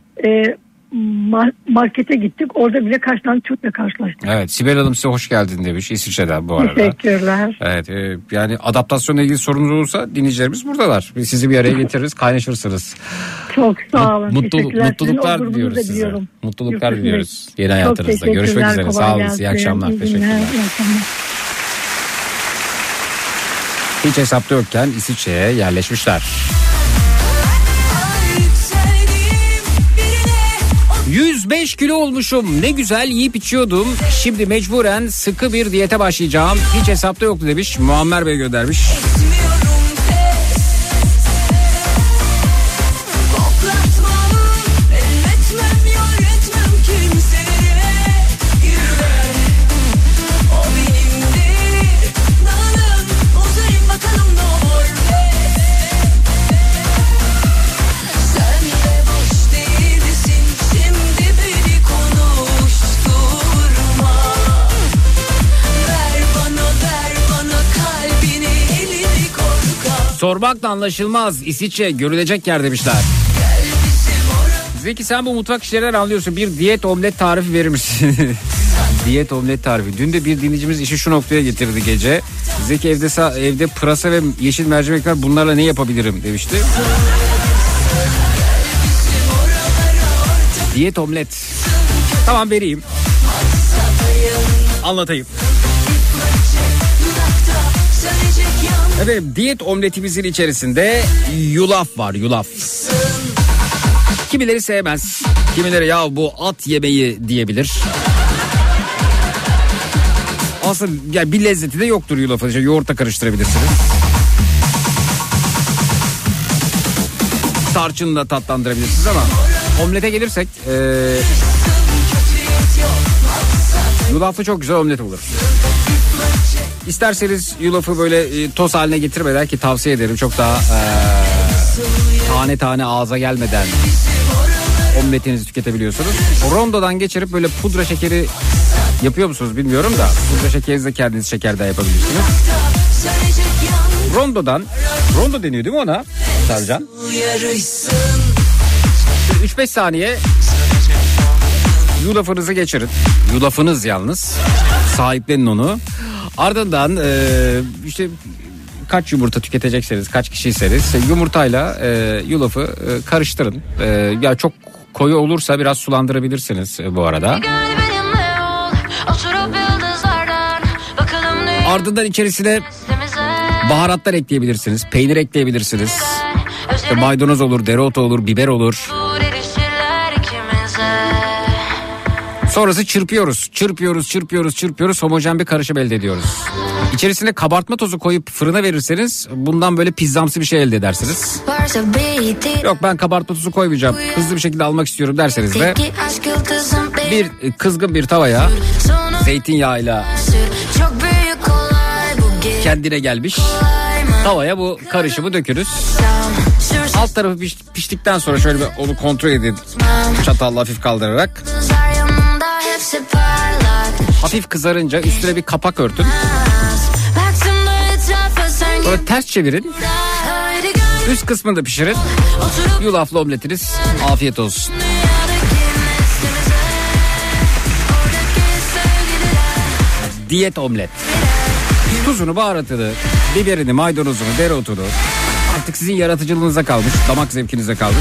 markete gittik. Orada bile kaç tane Türk'le karşılaştık. Evet, Sibel Hanım size hoş geldin demiş İsviçre'den bu arada. Teşekkürler. Evet, yani adaptasyonla ilgili sorunuz olursa dinleyicilerimiz buradalar. Biz sizi bir araya getiririz, kaynaşırsınız. Çok sağ olun. Teşekkürler. Mutluluklar Sizin o diliyoruz grubunuzu size. biliyorum. Mutluluklar Yurt diliyoruz dışında. yeni hayatınızda. Görüşmek üzere. kolay Sağ olun. gelsin. İyi akşamlar. İyi Teşekkürler. günler, iyi akşamlar. Hiç hesapta yokken İsviçre'ye yerleşmişler. 105 kilo olmuşum. Ne güzel yiyip içiyordum. Şimdi mecburen sıkı bir diyete başlayacağım. Hiç hesapta yoktu demiş. Muammer Bey göndermiş. Sormakla anlaşılmaz. İsviçre görülecek yer demişler. Zeki, sen bu mutfak işlerinden anlıyorsun. Bir diyet omlet tarifi verir misin? Diyet omlet tarifi. Dün de bir dinleyicimiz işi şu noktaya getirdi gece. Zeki evde pırasa ve yeşil mercimek var. Bunlarla ne yapabilirim demişti. Diyet omlet. Tamam, vereyim. Anlatayım. Efendim, diyet omletimizin içerisinde yulaf var, yulaf. Kimileri sevmez, kimileri ya bu at yemeği diyebilir. Aslında yani bir lezzeti de yoktur yulafın. İşte yoğurtla karıştırabilirsiniz. Tarçınla tatlandırabilirsiniz ama omlete gelirsek yulaflı çok güzel omlet olur. İsterseniz yulafı böyle toz haline getirmeden, ki tavsiye ederim, çok daha tane tane ağza gelmeden omletinizi tüketebiliyorsunuz. Rondodan geçirip böyle pudra şekeri yapıyor musunuz bilmiyorum da pudra şekerinizle kendiniz şekerden yapabilirsiniz. Rondo deniyor değil mi ona Sercan? 3-5 saniye yulafınızı geçirin. Yulafınız yalnız. Sahiplenin onu. Ardından işte kaç yumurta tüketecekseniz, kaç kişiyseniz yumurtayla yulafı karıştırın. Ya çok koyu olursa biraz sulandırabilirsiniz bu arada. Ardından içerisine baharatlar ekleyebilirsiniz. Peynir ekleyebilirsiniz. İşte maydanoz olur, dereotu olur, biber olur. Sonrası çırpıyoruz. Homojen bir karışım elde ediyoruz. İçerisine kabartma tozu koyup fırına verirseniz bundan böyle pizzamsı bir şey elde edersiniz. Yok ben kabartma tozu koymayacağım, hızlı bir şekilde almak istiyorum derseniz de bir kızgın bir tavaya zeytinyağıyla kendine gelmiş tavaya bu karışımı dökünüz. Alt tarafı piştikten sonra şöyle bir onu kontrol edin. Çatalla hafif kaldırarak. Hafif kızarınca üstüne bir kapak örtün. Sonra ters çevirin. Üst kısmını da pişirin. Yulaflı omletiniz afiyet olsun. Diyet omlet. Tuzunu, baharatını, biberini, maydanozunu, dereotunu artık sizin yaratıcılığınıza kalmış, damak zevkinize kalmış.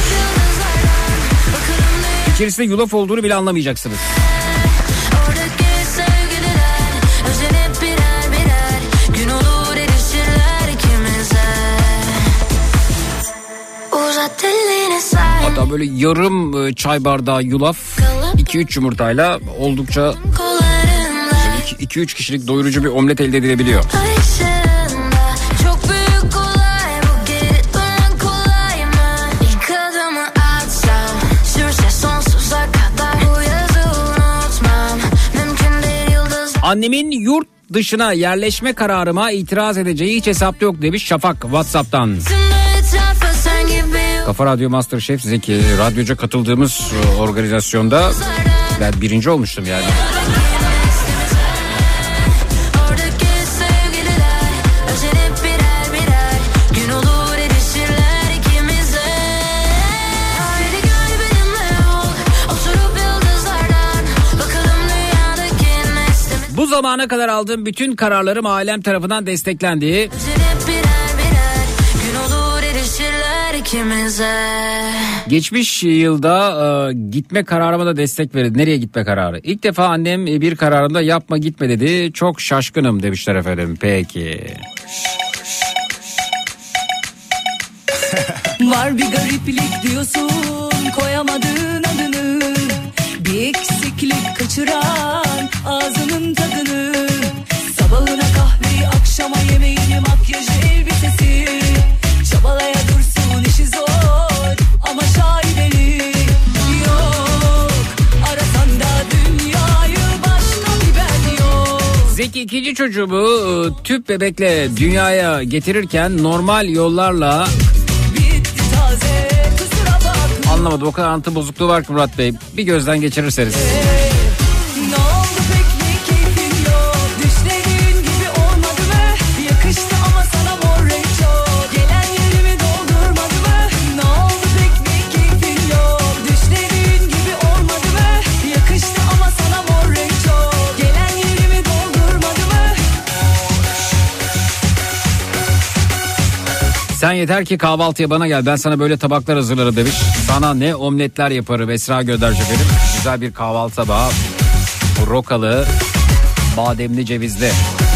İçerisinde yulaf olduğunu bile anlamayacaksınız. Hatta böyle yarım çay bardağı yulaf 2-3 yumurtayla oldukça 2-3 kişilik doyurucu bir omlet elde edilebiliyor. Annemin yurt dışına yerleşme kararıma itiraz edeceği hiç hesapta yok demiş Şafak WhatsApp'tan. Kafa Radyo Masterchef Zeki, radyoca katıldığımız organizasyonda ben birinci olmuştum yani. Bu zamana kadar aldığım bütün kararlarım ailem tarafından desteklendi. Geçmiş yılda gitme kararıma da destek verildi. Nereye gitme kararı? İlk defa annem bir kararında yapma gitme dedi. Çok şaşkınım demişler efendim. Peki. Var bir gariplik diyorsun, koyamadığın adını. Bir eksiklik kaçıran ağzının tadını. Sabahına kahveyi, akşama yemeğini, makyajı, elbisesi. Çabalaya dursun işi zor ama şaibeli. Yok arasan da dünyayı başka bir ben yok. Zeki ikinci çocuğumu tüp bebekle dünyaya getirirken normal yollarla anlamadım, o kadar antı bozukluğu var ki Murat Bey, bir gözden geçirirseniz. Ne oldu pek mi keyfin yok? Düşlediğin gibi olmadı mı? Yakıştı ama sana mor renk çok. Gelen yerimi doldurmadı mı? Ne oldu pek mi keyfin yok? Düşlediğin gibi olmadı mı? Yakıştı ama sana mor renk çok. Gelen yerimi doldurmadı mı? Sen yeter ki kahvaltıya bana gel, ben sana böyle tabaklar hazırlarım demiş. Sana ne omletler yaparım Esra Gönderci benim. Güzel bir kahvaltı tabağı. Rokalı, bademli, cevizli.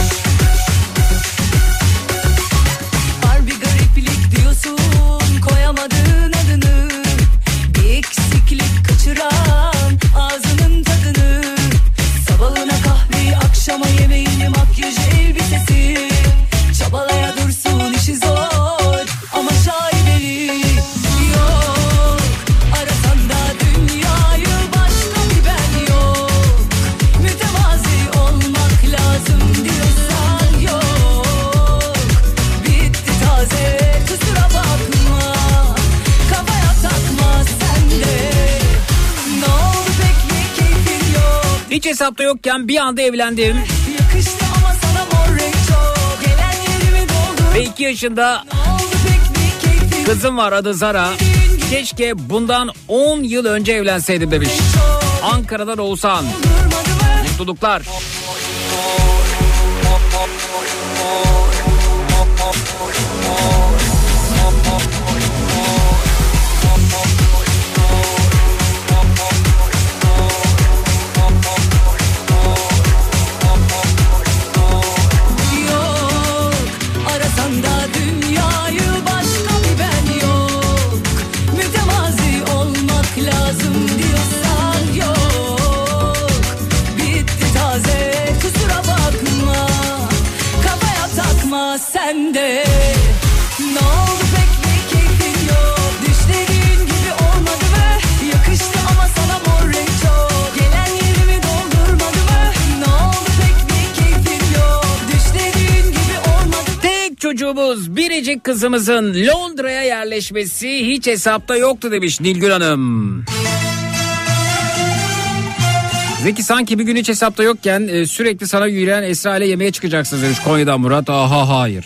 Var bir gariplik diyorsun, koyamadığın adını. Bir eksiklik kaçıran ağzının tadını. Sabahına kahveyi, akşama yemeğini, makyajı, elbisesi. Çabalaya dursun işi zor ama şaibeli. Yok arasan da dünyayı başka bir ben yok. Mütevazi olmak lazım diyorsan yok. Bitti taze kusura bakma. Kafaya takma sen de. Hiç hesapta yokken bir anda evlendim. Yakıştı ama sana mor renk çok. Gelen yerimi doldur. Ve 2 yaşında Ne oldu pek bir keyfin kızım var, adı Zara. Keşke bundan 10 yıl önce evlenseydim demiş. çok. Ankara'dan Oğuzhan. Durmadı mı? Mutluluklar. Yok, arasan da dünyayı başka bir ben yok. Mütevazi olmak lazım diyorsan yok. Bitti taze, kusura bakma. Kafaya takma sen de. Ne oldu pek bir keyfin yok. Düşlediğin gibi olmadı mı? Yakıştı ama sana mor renk çok. Gelen yerimi doldurmadı mı? Ne oldu pek bir keyfin yok. Düşlediğin gibi olmadı mı? Tek çocuğumuz biricik kızımızın Londra'ya yerleşmesi hiç hesapta yoktu demiş Nilgün Hanım. Zeki sanki bir gün hiç hesapta yokken sürekli sana yürüyen Esra ile yemeğe çıkacaksınız demiş Konya'dan Murat. Aha hayır.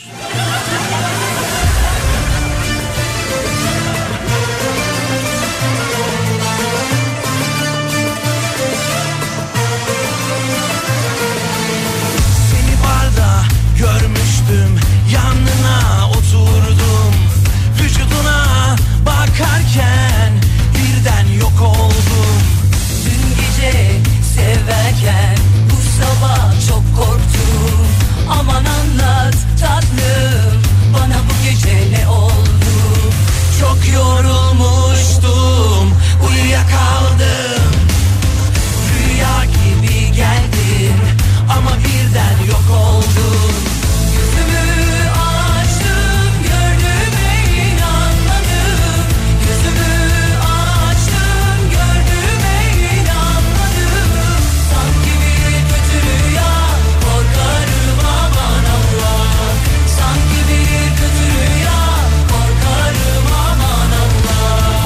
Seni barda görmüştüm, yanına oturdum. Vücuduna bakarken birden yok oldum. Dün gece severken bu sabah çok korktum. Aman anlat tatlım, bana bu gece ne oldu? Çok yorulmuştum, uyuyakaldım. Rüya gibi geldin ama birden yok oldun. Gözümü açtım, gördüğüme inanmadım. Gözümü açtım, gördüğüme inanmadım. Sanki bir kötü rüya, korkarım aman Allah. Sanki bir kötü rüya, korkarım aman Allah.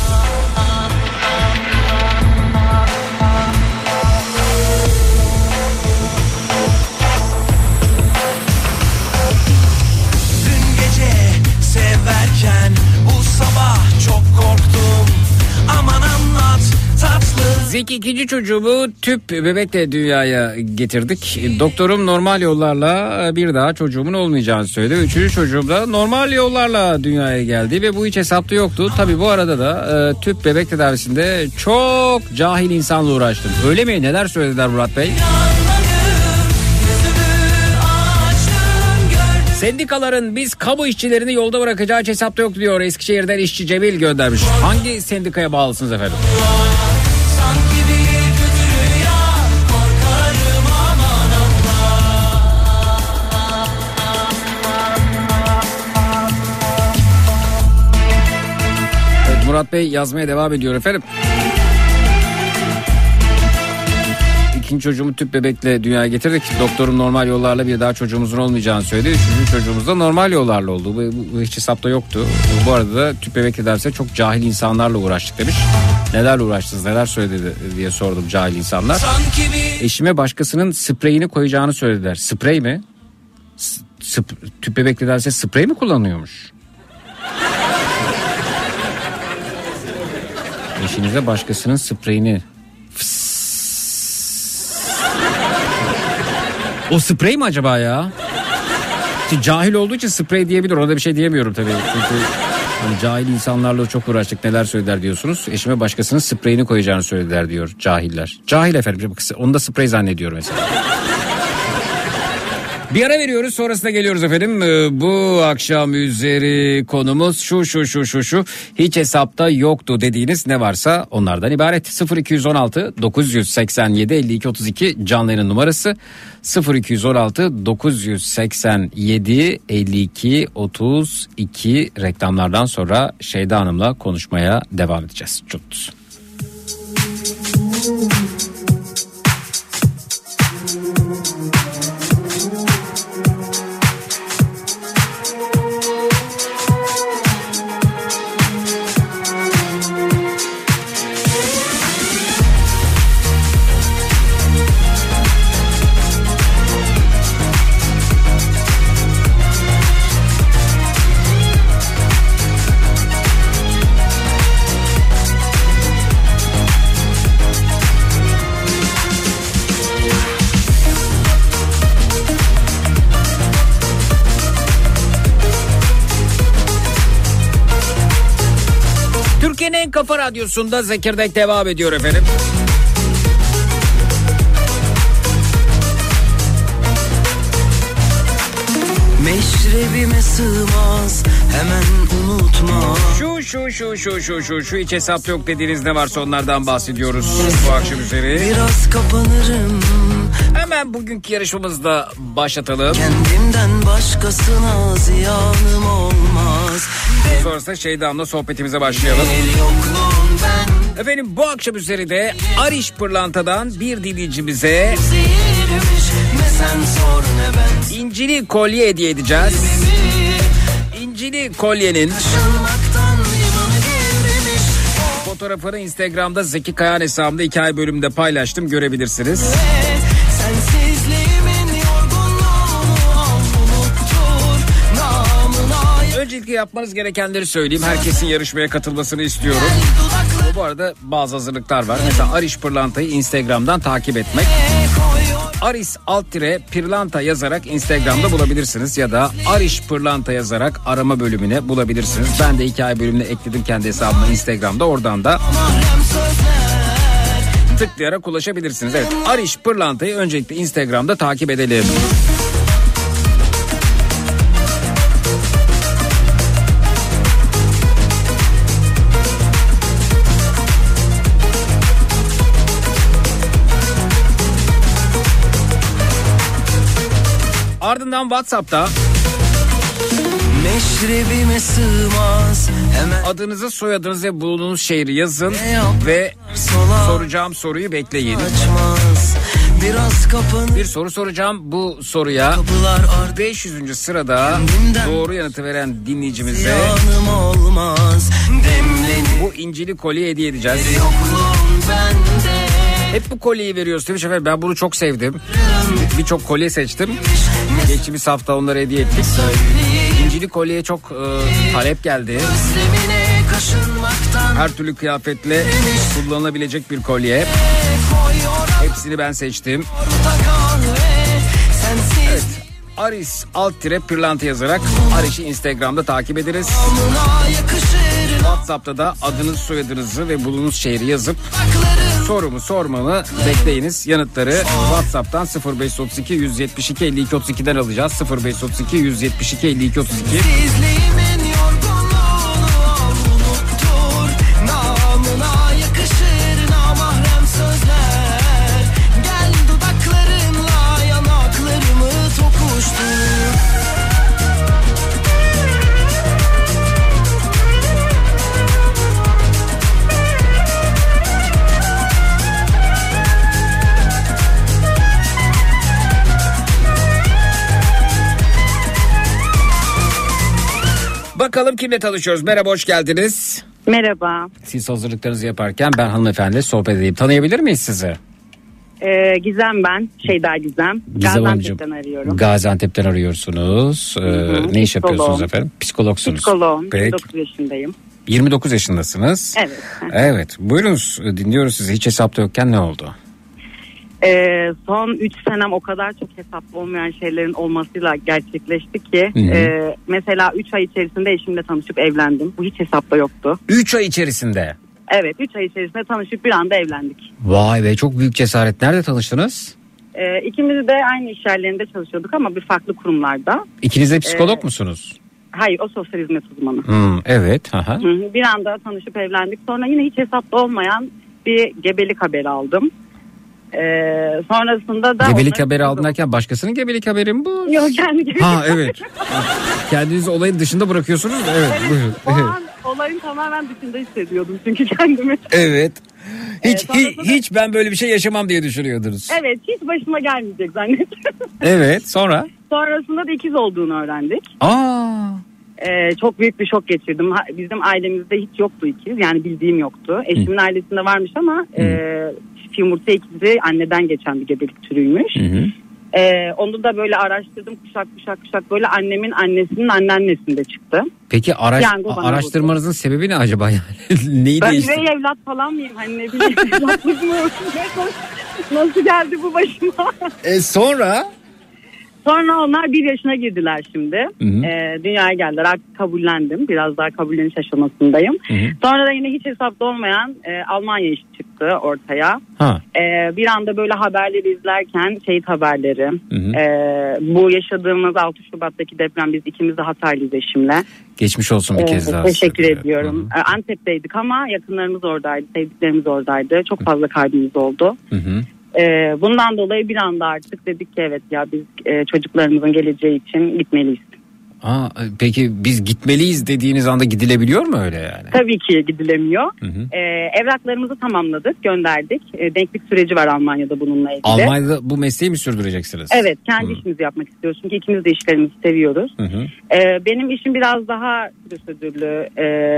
Dün gece severken bu sabah çok korktum. Aman anlat tatlı. Zeki ikinci çocuğumu tüp bebekle dünyaya getirdik. Doktorum normal yollarla bir daha çocuğumun olmayacağını söyledi. Üçüncü çocuğum da normal yollarla dünyaya geldi ve bu hiç hesapta yoktu. Tabii bu arada da tüp bebek tedavisinde çok cahil insanla uğraştım. Öyle mi? Neler söylediler Murat Bey? Sendikaların biz kamu işçilerini yolda bırakacağı hiç hesapta yok diyor. Eskişehir'den işçi Cemil göndermiş. Hangi sendikaya bağlısınız efendim? Sanki bir kötü rüya, korkarım aman Allah. Evet, Murat Bey yazmaya devam ediyor efendim. İkinci çocuğumu tüp bebekle dünyaya getirdik. Doktorum normal yollarla bir daha çocuğumuzun olmayacağını söyledi. Üçüncü çocuğumuz da normal yollarla oldu. Bu hiç hesapta yoktu. Bu arada da tüp bebek tedavisi çok cahil insanlarla uğraştık demiş. Nelerle uğraştınız, neler söyledi diye sordum cahil insanlar. Sanki bir Eşime başkasının spreyini koyacağını söylediler. Sprey mi? Tüp bebek tedavisi sprey mi kullanıyormuş? Eşinize başkasının spreyini... O sprey mi acaba ya? İşte cahil olduğu için sprey diyebilir. Ona da bir şey diyemiyorum tabii. Çünkü hani cahil insanlarla çok uğraştık, neler söylediler diyorsunuz. Eşime başkasının spreyini koyacağını söylediler diyor cahiller. Cahil efendim. Onu da sprey zannediyor mesela. Bir ara veriyoruz, sonrasında geliyoruz efendim. Bu akşam üzeri konumuz şu. Hiç hesapta yoktu dediğiniz ne varsa onlardan ibaret. 0216 987 52 32 canlı yayının numarası. 0216 987 52 32 reklamlardan sonra Şeyda Hanım'la konuşmaya devam edeceğiz. Çutuz. Türkiye'nin Kafa Radyosu'nda Zekirdek devam ediyor efendim. Meşrebime sığmaz hemen unutma. Şu hiç hesap yok dediğiniz ne varsa onlardan bahsediyoruz bu akşam üzeri. Biraz kapanırım. Hemen bugünkü yarışmamızda başlatalım. Kendimden başkasına ziyanım olmaz. Sonrasında Şeyda'mla sohbetimize başlayalım. Yokluğun ben Efendim bu akşam üzeri de Ariş Pırlanta'dan bir dinleyicimize zehirmiş. Ne sen sor ne ben. incili kolye hediye edeceğiz. İncili kolyenin Taşınmaktan imanı girmiş. fotoğrafını Instagram'da Zeki Kayan hesabımda hikaye bölümünde paylaştım, görebilirsiniz. Sensizliğimin yorgunluğunu al unuttur. Namına Öncelikle yapmanız gerekenleri söyleyeyim. Herkesin yarışmaya katılmasını istiyorum. dudakları Bu arada bazı hazırlıklar var. Mesela Ariş Pırlanta'yı Instagram'dan takip etmek. koyuyor. Aris _Pırlanta yazarak Instagram'da bulabilirsiniz. Ya da Ariş Pırlanta yazarak arama bölümüne bulabilirsiniz. Ben de hikaye bölümüne ekledim kendi hesabıma Instagram'da. Oradan da Mahrem sözler. tıklayarak ulaşabilirsiniz. Evet, Ariş Pırlanta'yı öncelikle Instagram'da takip edelim. Ardından WhatsApp'ta Meşrebime sığmaz hemen adınızı, soyadınızı ve bulunduğunuz şehri yazın ve sola soracağım soruyu bekleyin. açmaz. Biraz kapanır Bir soru soracağım. Bu soruya kapılar ard 500. sırada doğru yanıtı veren dinleyicimize yanım olmaz. Demlenir bu incili kolye hediye edeceğiz. yokluğun bende. Hep bu kolyeyi veriyoruz demiş efendim. Ben bunu çok sevdim. Birçok kolye seçtim. Geçtiğimiz hafta onları hediye ettik. İncili kolyeye çok talep geldi. Özlemine kaşınmaktan Her türlü kıyafetle kullanılabilecek bir kolye. koyuyor Hepsini ben seçtim. kahve. Sensiz Aris _Pırlanta yazarak Ariş'i Instagram'da takip ederiz. namına yakışır. WhatsApp'ta da adınız, soyadınızı ve bulunduğunuz şehri yazıp Aklarım sorumu sormamı bekleyiniz. Yanıtları WhatsApp'tan 0532 172 52 32'den alacağız. 0532 172 52 32. Sizliğimin yorgunluğunu al unuttur. Namına yakışır namahrem sözler. Gel dudaklarınla yanaklarımı tokuştur. Bakalım kimle tanışıyoruz? Merhaba, hoş geldiniz. Merhaba. Siz hazırlıklarınızı yaparken ben hanımefendiyle sohbet edeyim. Tanıyabilir miyiz sizi? Gizem ben. Şeyda Gizem. Gizem Hanımcığım. Gaziantep'ten arıyorum. Gaziantep'ten arıyorsunuz. Ne iş yapıyorsunuz Psikoloğum. efendim? Psikologsunuz. Psikoloğum. Peki. 29 yaşındayım. 29 yaşındasınız. Evet. Evet. Buyurunuz, dinliyoruz sizi. Hiç hesapta yokken ne oldu? Son 3 senem o kadar çok hesaplı olmayan şeylerin olmasıyla gerçekleşti ki. Hı hı. Mesela 3 ay içerisinde eşimle tanışıp evlendim. Bu hiç hesapta yoktu. 3 ay içerisinde. Evet, 3 ay içerisinde tanışıp bir anda evlendik. Vay be, çok büyük cesaret. Nerede tanıştınız? İkimiz de aynı iş yerlerinde çalışıyorduk ama bir farklı kurumlarda. İkiniz de psikolog musunuz? Hayır, o sosyal hizmet uzmanı. Evet. Aha. Hı hı. Bir anda tanışıp evlendik. Sonra yine hiç hesapta olmayan bir gebelik haberi aldım. Sonrasında da... Gebelik onları- haberi aldın derken başkasının gebelik haberi mi bu? Yok, kendi gebelik. Ha evet. Kendinizi olayın dışında bırakıyorsunuz da evet. Buyurun. O an olayın tamamen dışında hissediyordum çünkü kendimi. Evet. sonrasında- Hiç ben böyle bir şey yaşamam diye düşünüyordunuz. Evet, hiç başıma gelmeyecek zannettim. Evet, sonra? Sonrasında da ikiz olduğunu öğrendik. Aa. Çok büyük bir şok geçirdim. Bizim ailemizde hiç yoktu ikiz, yani bildiğim yoktu. Eşimin ailesinde varmış ama çift yumurta ikizi anneden geçen bir gebelik türüymüş. Onu da böyle araştırdım, kuşak böyle annemin annesinin anneannesinde çıktı. Peki Yani bu bana araştırmanızın sebebi ne acaba yani? Neyi Ben değişti? üvey evlat falan mıyım? Hani ne bileyim, evlatlık mı? Nasıl geldi bu başıma? Sonra? Sonra onlar 1 yaşına girdiler şimdi. Dünyaya geldiler. Artık kabullendim. Biraz daha kabulleniş aşamasındayım. Sonra da yine hiç hesapta olmayan Almanya işi çıktı ortaya. Bir anda böyle haberleri izlerken şehit haberleri. Bu yaşadığımız 6 Şubat'taki deprem, biz ikimiz de Hataylıyız eşimle. Geçmiş olsun bir kez daha. Teşekkür ediyorum. Antep'teydik ama yakınlarımız oradaydı. Sevdiklerimiz oradaydı. Çok fazla kaybımız oldu. Bundan dolayı bir anda artık dedik ki evet ya biz çocuklarımızın geleceği için gitmeliyiz. Peki biz gitmeliyiz dediğiniz anda gidilebiliyor mu öyle yani? Tabii ki gidilemiyor. Evraklarımızı tamamladık, gönderdik. Denklik süreci var Almanya'da bununla ilgili. Almanya'da bu mesleği mi sürdüreceksiniz? Evet, kendi işimizi yapmak istiyoruz. Çünkü ikimiz de işlerimizi seviyoruz. Benim işim biraz daha prosedürlü.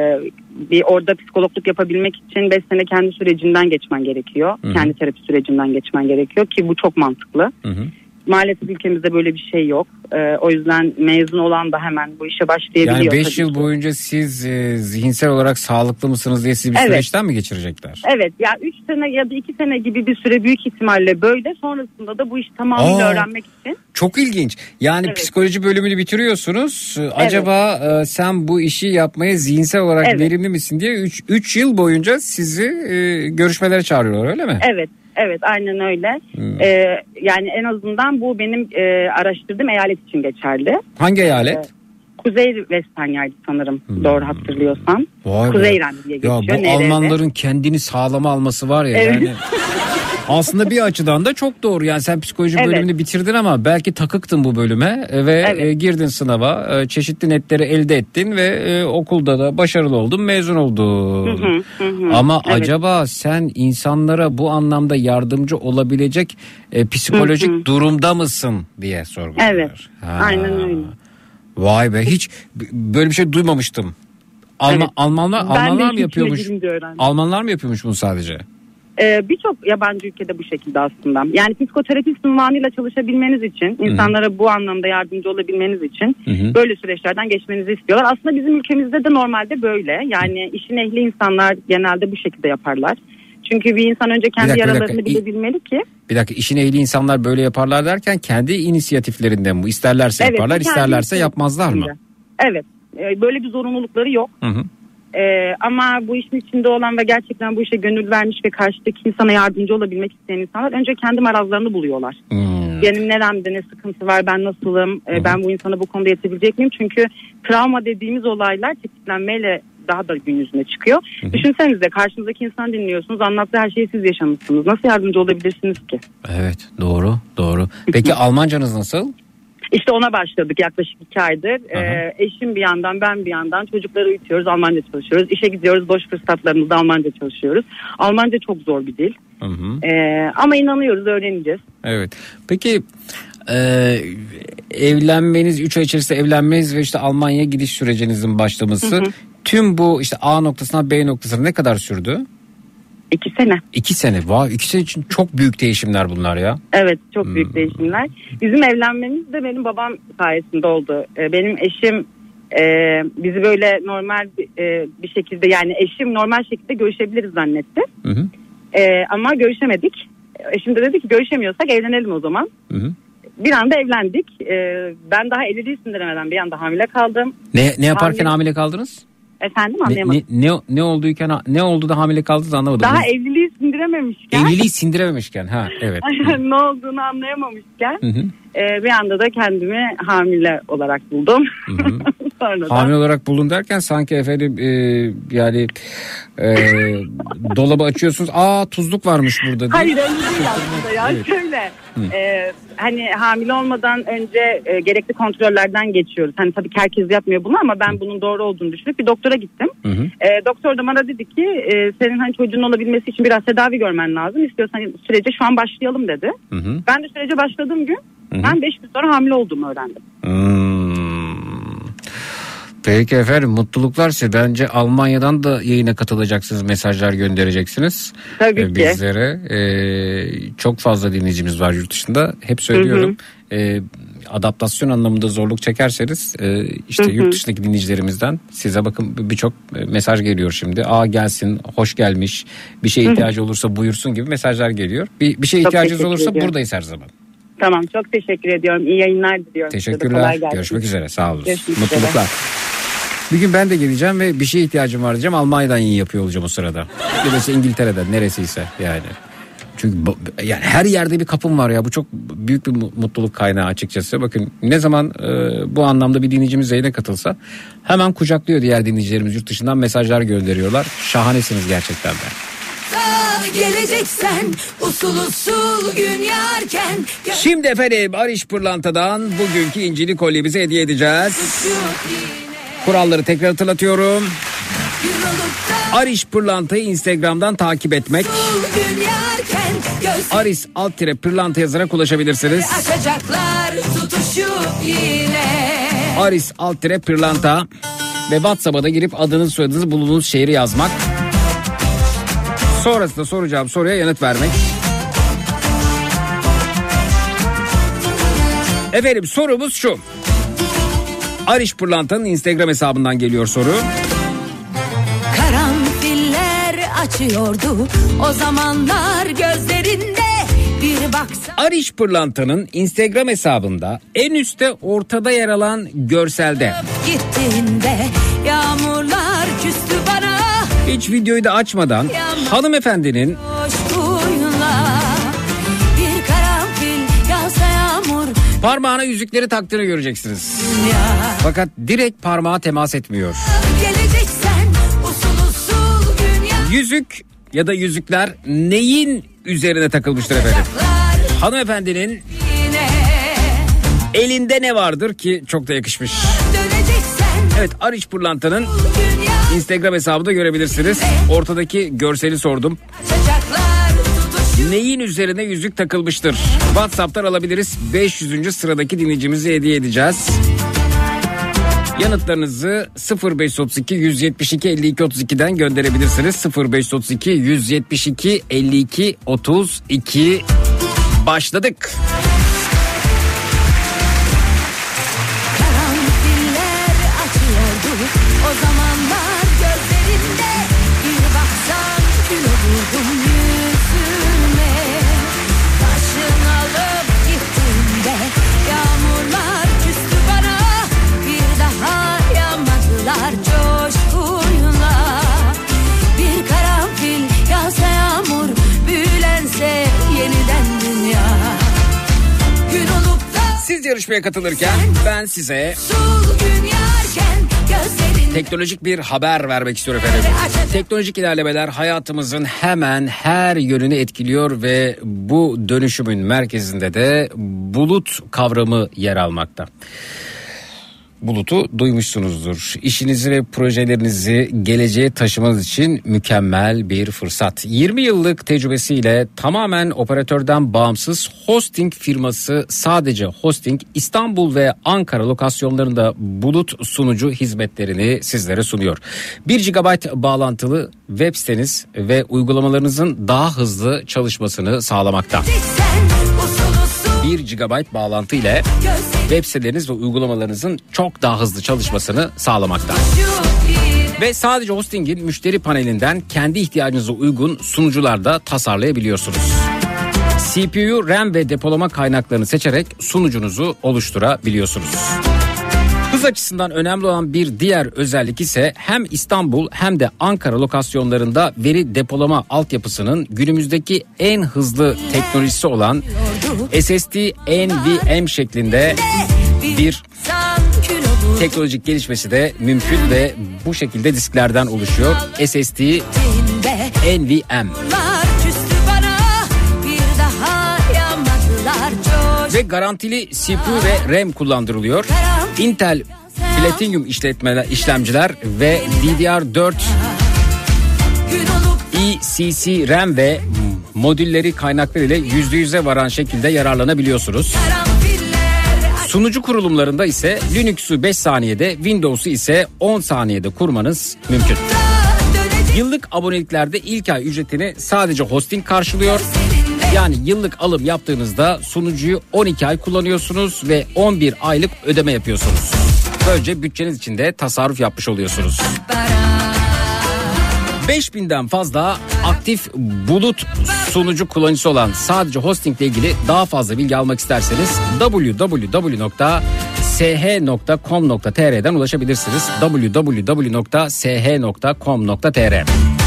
Bir orada psikologluk yapabilmek için 5 sene kendi sürecinden geçmen gerekiyor. Kendi terapi sürecinden geçmen gerekiyor ki bu çok mantıklı. Maalesef ülkemizde böyle bir şey yok. O yüzden mezun olan da hemen bu işe başlayabiliyor. Yani 5 yıl boyunca siz zihinsel olarak sağlıklı mısınız diye sizi bir süreçten mi geçirecekler? Evet. Ya 3 sene ya da 2 sene gibi bir süre büyük ihtimalle böyle. Sonrasında da bu işi tamamıyla öğrenmek için. Çok ilginç. Yani psikoloji bölümünü bitiriyorsunuz. Acaba sen bu işi yapmaya zihinsel olarak verimli misin diye 3 yıl boyunca sizi görüşmelere çağırıyorlar, öyle mi? Evet, aynen öyle. Yani en azından bu benim araştırdığım eyalet için geçerli. Hangi eyalet? Kuzey Westfalya sanırım, doğru hatırlıyorsam. Kuzey İran diye geçiyor. Ya bu Almanların kendini sağlama alması var ya yani. Aslında bir açıdan da çok doğru. Yani sen psikoloji bölümünü bitirdin ama belki takıktın bu bölüme ve girdin sınava. Çeşitli netleri elde ettin ve okulda da başarılı oldun, mezun oldun. Ama acaba sen insanlara bu anlamda yardımcı olabilecek psikolojik durumda mısın diye sorguluyorlar. Evet. Aynen öyle. Vay be, hiç böyle bir şey duymamıştım. Almanlar mı yapıyormuş? Almanlar mı yapıyormuş bunu sadece? Birçok yabancı ülkede bu şekilde aslında. Yani psikoterapist unvanıyla çalışabilmeniz için, insanlara bu anlamda yardımcı olabilmeniz için böyle süreçlerden geçmenizi istiyorlar. Aslında bizim ülkemizde de normalde böyle. Yani işin ehli insanlar genelde bu şekilde yaparlar. Çünkü bir insan önce kendi yaralarını bilebilmeli ki. Bir dakika, işin ehli insanlar böyle yaparlar derken kendi inisiyatiflerinden bu. İsterlerse yaparlar, isterlerse yapmazlar mı? Evet. Böyle bir zorunlulukları yok. Ama bu işin içinde olan ve gerçekten bu işe gönül vermiş ve karşıdaki insana yardımcı olabilmek isteyen insanlar önce kendi marazlarını buluyorlar. Benim neremde ne sıkıntı var, ben nasılım, ben bu insana bu konuda yetebilecek miyim? Çünkü travma dediğimiz olaylar tetiklenmeyle daha da gün yüzüne çıkıyor. Düşünsenize, karşınızdaki insan dinliyorsunuz, anlattığı her şeyi siz yaşamışsınız. Nasıl yardımcı olabilirsiniz ki? Evet, doğru. Peki Almancanız nasıl? İşte ona başladık yaklaşık 2 aydır. Eşim bir yandan, ben bir yandan, çocukları uyutuyoruz, Almanca çalışıyoruz. İşe gidiyoruz, boş fırsatlarımızda Almanca çalışıyoruz. Almanca çok zor bir dil. Ama inanıyoruz, öğreneceğiz. Evet. Peki evlenmeniz, 3 ay içerisinde evlenmeniz ve işte Almanya'ya gidiş sürecinizin başlaması, tüm bu işte A noktasına B noktasına ne kadar sürdü? 2 sene. 2 sene. Vay, 2 sene için çok büyük değişimler bunlar ya. Evet, çok büyük değişimler. Bizim evlenmemiz de benim babam sayesinde oldu. Benim eşim bizi böyle normal bir şekilde, yani eşim normal şekilde görüşebiliriz zannetti. Ama görüşemedik. Eşim de dedi ki görüşemiyorsak evlenelim o zaman. Bir anda evlendik. Ben daha evliliği sindiremeden bir anda hamile kaldım. Ne yaparken hamile kaldınız? Efendim, anlayamadım. Ne oldu da hamile kaldınız, anlamadım. Daha evliliği sindirememişken. Evliliği sindirememişken, evet. Ne olduğunu anlayamamışken bir anda da kendimi hamile olarak buldum. Hamile olarak buldum derken sanki efendim yani dolabı açıyorsunuz, tuzluk varmış burada diye. Hayır, öyle değil aslında ya. Evet. Şöyle hani hamile olmadan önce gerekli kontrollerden geçiyoruz. Hani tabii ki herkes yapmıyor bunu ama ben bunun doğru olduğunu düşünüp bir doktora gittim. Doktor da bana dedi ki senin hani çocuğun olabilmesi için biraz tedavi görmen lazım. İstiyorsan sürece şu an başlayalım dedi. Ben de sürece başladığım gün ben 5 gün sonra hamile olduğumu öğrendim. Peki efendim, mutluluklar size. Bence Almanya'dan da yayına katılacaksınız, mesajlar göndereceksiniz. Tabii ki. Bizlere. Çok fazla dinleyicimiz var yurt dışında. Hep söylüyorum. Adaptasyon anlamında zorluk çekerseniz işte yurt dışındaki dinleyicilerimizden size bakın birçok mesaj geliyor şimdi. Gelsin, hoş gelmiş, bir şeye ihtiyacı olursa buyursun gibi mesajlar geliyor. Bir şeye ihtiyacınız olursa buradayız her zaman. Tamam, çok teşekkür ediyorum. İyi yayınlar diliyorum. Teşekkürler. Görüşmek üzere. Sağ olun. Görüşmek Mutluluklar. üzere. Bir gün ben de geleceğim ve bir şeye ihtiyacım var diyeceğim. Almanya'dan yayın yapıyor olacağım o sırada. Ya da işte İngiltere'den, neresiyse yani. Çünkü yani her yerde bir kapım var ya. Bu çok büyük bir mutluluk kaynağı açıkçası. Bakın ne zaman bu anlamda bir dinleyicimiz yayına katılsa hemen kucaklıyor diğer dinleyicilerimiz, yurt dışından mesajlar gönderiyorlar. Şahanesiniz gerçekten de. Geleceksen usul usul gün yarken Şimdi efendim Ariş Pırlanta'dan bugünkü incili kolyemizi hediye edeceğiz. Kuralları tekrar hatırlatıyorum. Ariş Pırlanta'yı Instagram'dan takip etmek. Aris _Pırlanta yazarak ulaşabilirsiniz. Açacaklar tutuşup yine. Aris _Pırlanta ve WhatsApp'a da girip adınız, soyadınız, bulunduğunuz şehri yazmak. Sonrasında soracağım soruya yanıt vermek. Efendim sorumuz şu. Ariş Pırlanta'nın Instagram hesabından geliyor soru. Karanfiller açıyordu o zamanlar gözlerinde bir baksa. Ariş Pırlanta'nın Instagram hesabında en üstte ortada yer alan görselde. Gittiğinde yağmurlar küstü bana. Hiç videoyu da açmadan hanımefendinin Coşkuyla bir karanfil yağsa yağmur. parmağına yüzükleri taktığını göreceksiniz. Ya. Fakat direkt parmağa temas etmiyor. Geleceksen usul usul gün Yüzük ya da yüzükler neyin üzerine takılmıştır efendim? Hanımefendinin yine elinde ne vardır ki çok da yakışmış. döneceksen Evet, Ariş Pırlanta'nın dünya Instagram hesabında görebilirsiniz. Ortadaki görseli sordum. açacaklar tutuşup. Neyin üzerine yüzük takılmıştır? WhatsApp'tan alabiliriz. 500. sıradaki dinleyicimize hediye edeceğiz. Yanıtlarınızı 0532 172 52 32'den gönderebilirsiniz. 0532 172 52 32 başladık. Karanfiller açıyordu o zamanlar gözlerinde bir baksan kül olurdum yüzüme. Başın alıp gittiğinde yağmurlar küstü bana bir daha yağmadılar coşkuyla. Bir karanfil yağsa yağmur büyülense yeniden dünya. Gün olup da Siz yarışmaya katılırken ben size sul gün yarken gözlerin teknolojik bir haber vermek istiyorum efendim. Teknolojik ilerlemeler hayatımızın hemen her yönünü etkiliyor ve bu dönüşümün merkezinde de bulut kavramı yer almakta. Bulutu duymuşsunuzdur. İşinizi ve projelerinizi geleceğe taşımanız için mükemmel bir fırsat. 20 yıllık tecrübesiyle tamamen operatörden bağımsız hosting firması Sadece Hosting İstanbul ve Ankara lokasyonlarında bulut sunucu hizmetlerini sizlere sunuyor. 1 GB bağlantılı web siteniz ve uygulamalarınızın daha hızlı çalışmasını sağlamakta. 1 GB bağlantı ile web siteleriniz ve uygulamalarınızın çok daha hızlı çalışmasını sağlamakta. Ve Sadece Hosting'in müşteri panelinden kendi ihtiyacınıza uygun sunucular da tasarlayabiliyorsunuz. CPU, RAM ve depolama kaynaklarını seçerek sunucunuzu oluşturabiliyorsunuz. Hız açısından önemli olan bir diğer özellik ise hem İstanbul hem de Ankara lokasyonlarında veri depolama altyapısının günümüzdeki en hızlı teknolojisi olan SSD NVMe şeklinde bir teknolojik gelişmesi de mümkün ve bu şekilde disklerden oluşuyor. SSD NVMe. Ve garantili CPU ve RAM kullandırılıyor. Intel Platinum işlemciler ve DDR4 ECC RAM ve modülleri kaynaklarıyla %100'e varan şekilde yararlanabiliyorsunuz. Sunucu kurulumlarında ise Linux'u 5 saniyede, Windows'u ise 10 saniyede kurmanız mümkün. Yıllık aboneliklerde ilk ay ücretini Sadece Hosting karşılıyor. Yani yıllık alım yaptığınızda sunucuyu 12 ay kullanıyorsunuz ve 11 aylık ödeme yapıyorsunuz. Böylece bütçeniz için de tasarruf yapmış oluyorsunuz. 5000'den fazla aktif bulut sunucu kullanıcısı olan sadece hosting ile ilgili daha fazla bilgi almak isterseniz www.sh.com.tr'den ulaşabilirsiniz. www.sh.com.tr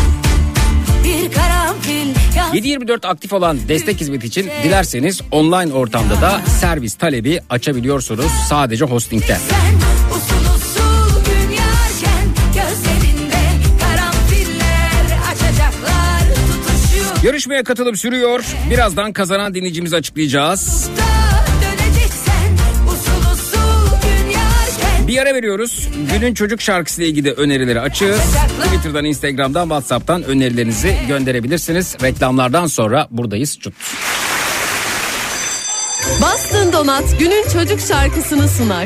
7/24 aktif olan destek hizmeti için dilerseniz online ortamda da servis talebi açabiliyorsunuz sadece hosting'ten. Usul usul gün yarken gözlerinde karanfiller açacaklar tutuşuyor. Yarışmaya katılım sürüyor. Birazdan kazanan dinleyicimizi açıklayacağız. Bir ara veriyoruz. Günün çocuk şarkısıyla ilgili önerileri açığız. Twitter'dan, Instagram'dan, WhatsApp'tan önerilerinizi gönderebilirsiniz. Reklamlardan sonra buradayız. Çut. Boston Donat günün çocuk şarkısını sunar.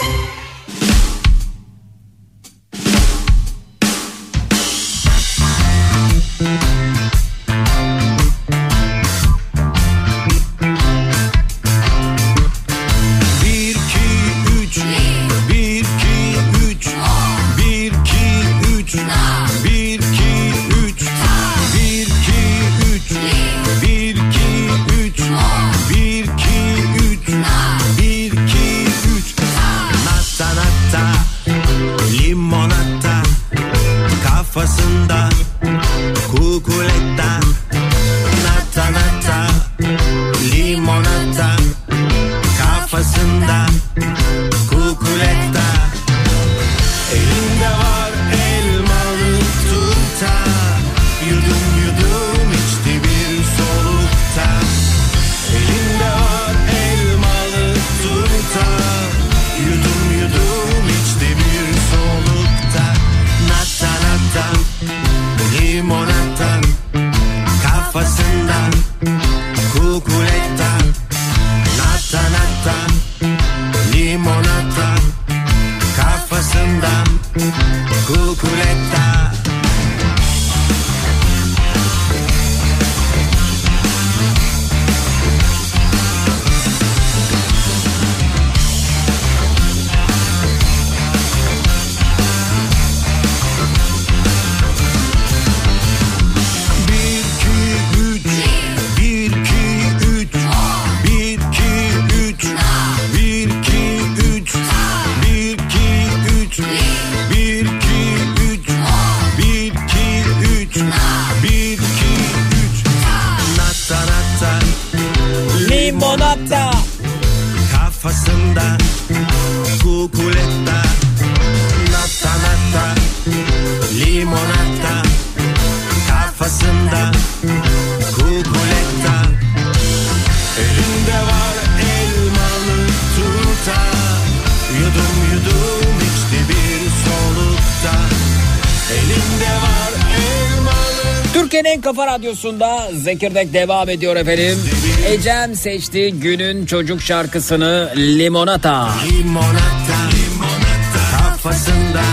Türkiye'nin Kafa Radyosu'nda Zekirdek devam ediyor efendim. Ecem seçti günün çocuk şarkısını Limonata. Limonata, limonata, kafasında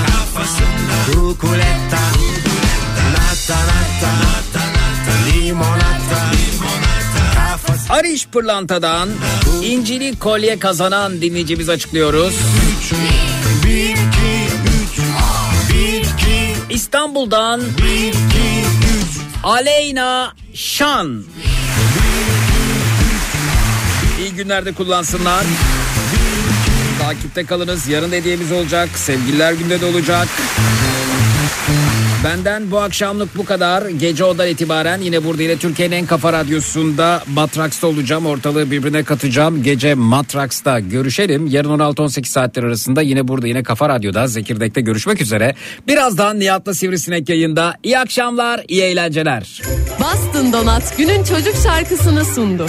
kukuleta, nata nata, limonata, kafasında. Ariş Pırlanta'dan incili kolye kazanan dinleyicimizi açıklıyoruz. 1, 2, 3, 1, 2, İstanbul'dan 1, 2, 3. Aleyna Şan. İyi günlerde kullansınlar. Takipte kalınız. Yarın hediyemiz olacak. Sevgililer günde de olacak. Benden bu akşamlık bu kadar. Gece 10'dan itibaren yine burada yine Türkiye'nin en kafa radyosunda Matraks'ta olacağım. Ortalığı birbirine katacağım. Gece Matraks'ta görüşelim. Yarın 16-18 saatler arasında yine burada yine Kafa Radyo'da Zekirdek'te görüşmek üzere. Birazdan Nihat'la Sivrisinek yayında. İyi akşamlar, iyi eğlenceler. Boston Donat günün çocuk şarkısını sundu.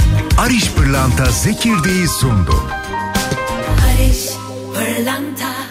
Ariş Pırlanta Zekirdek'i sundu. Ariş Pırlanta.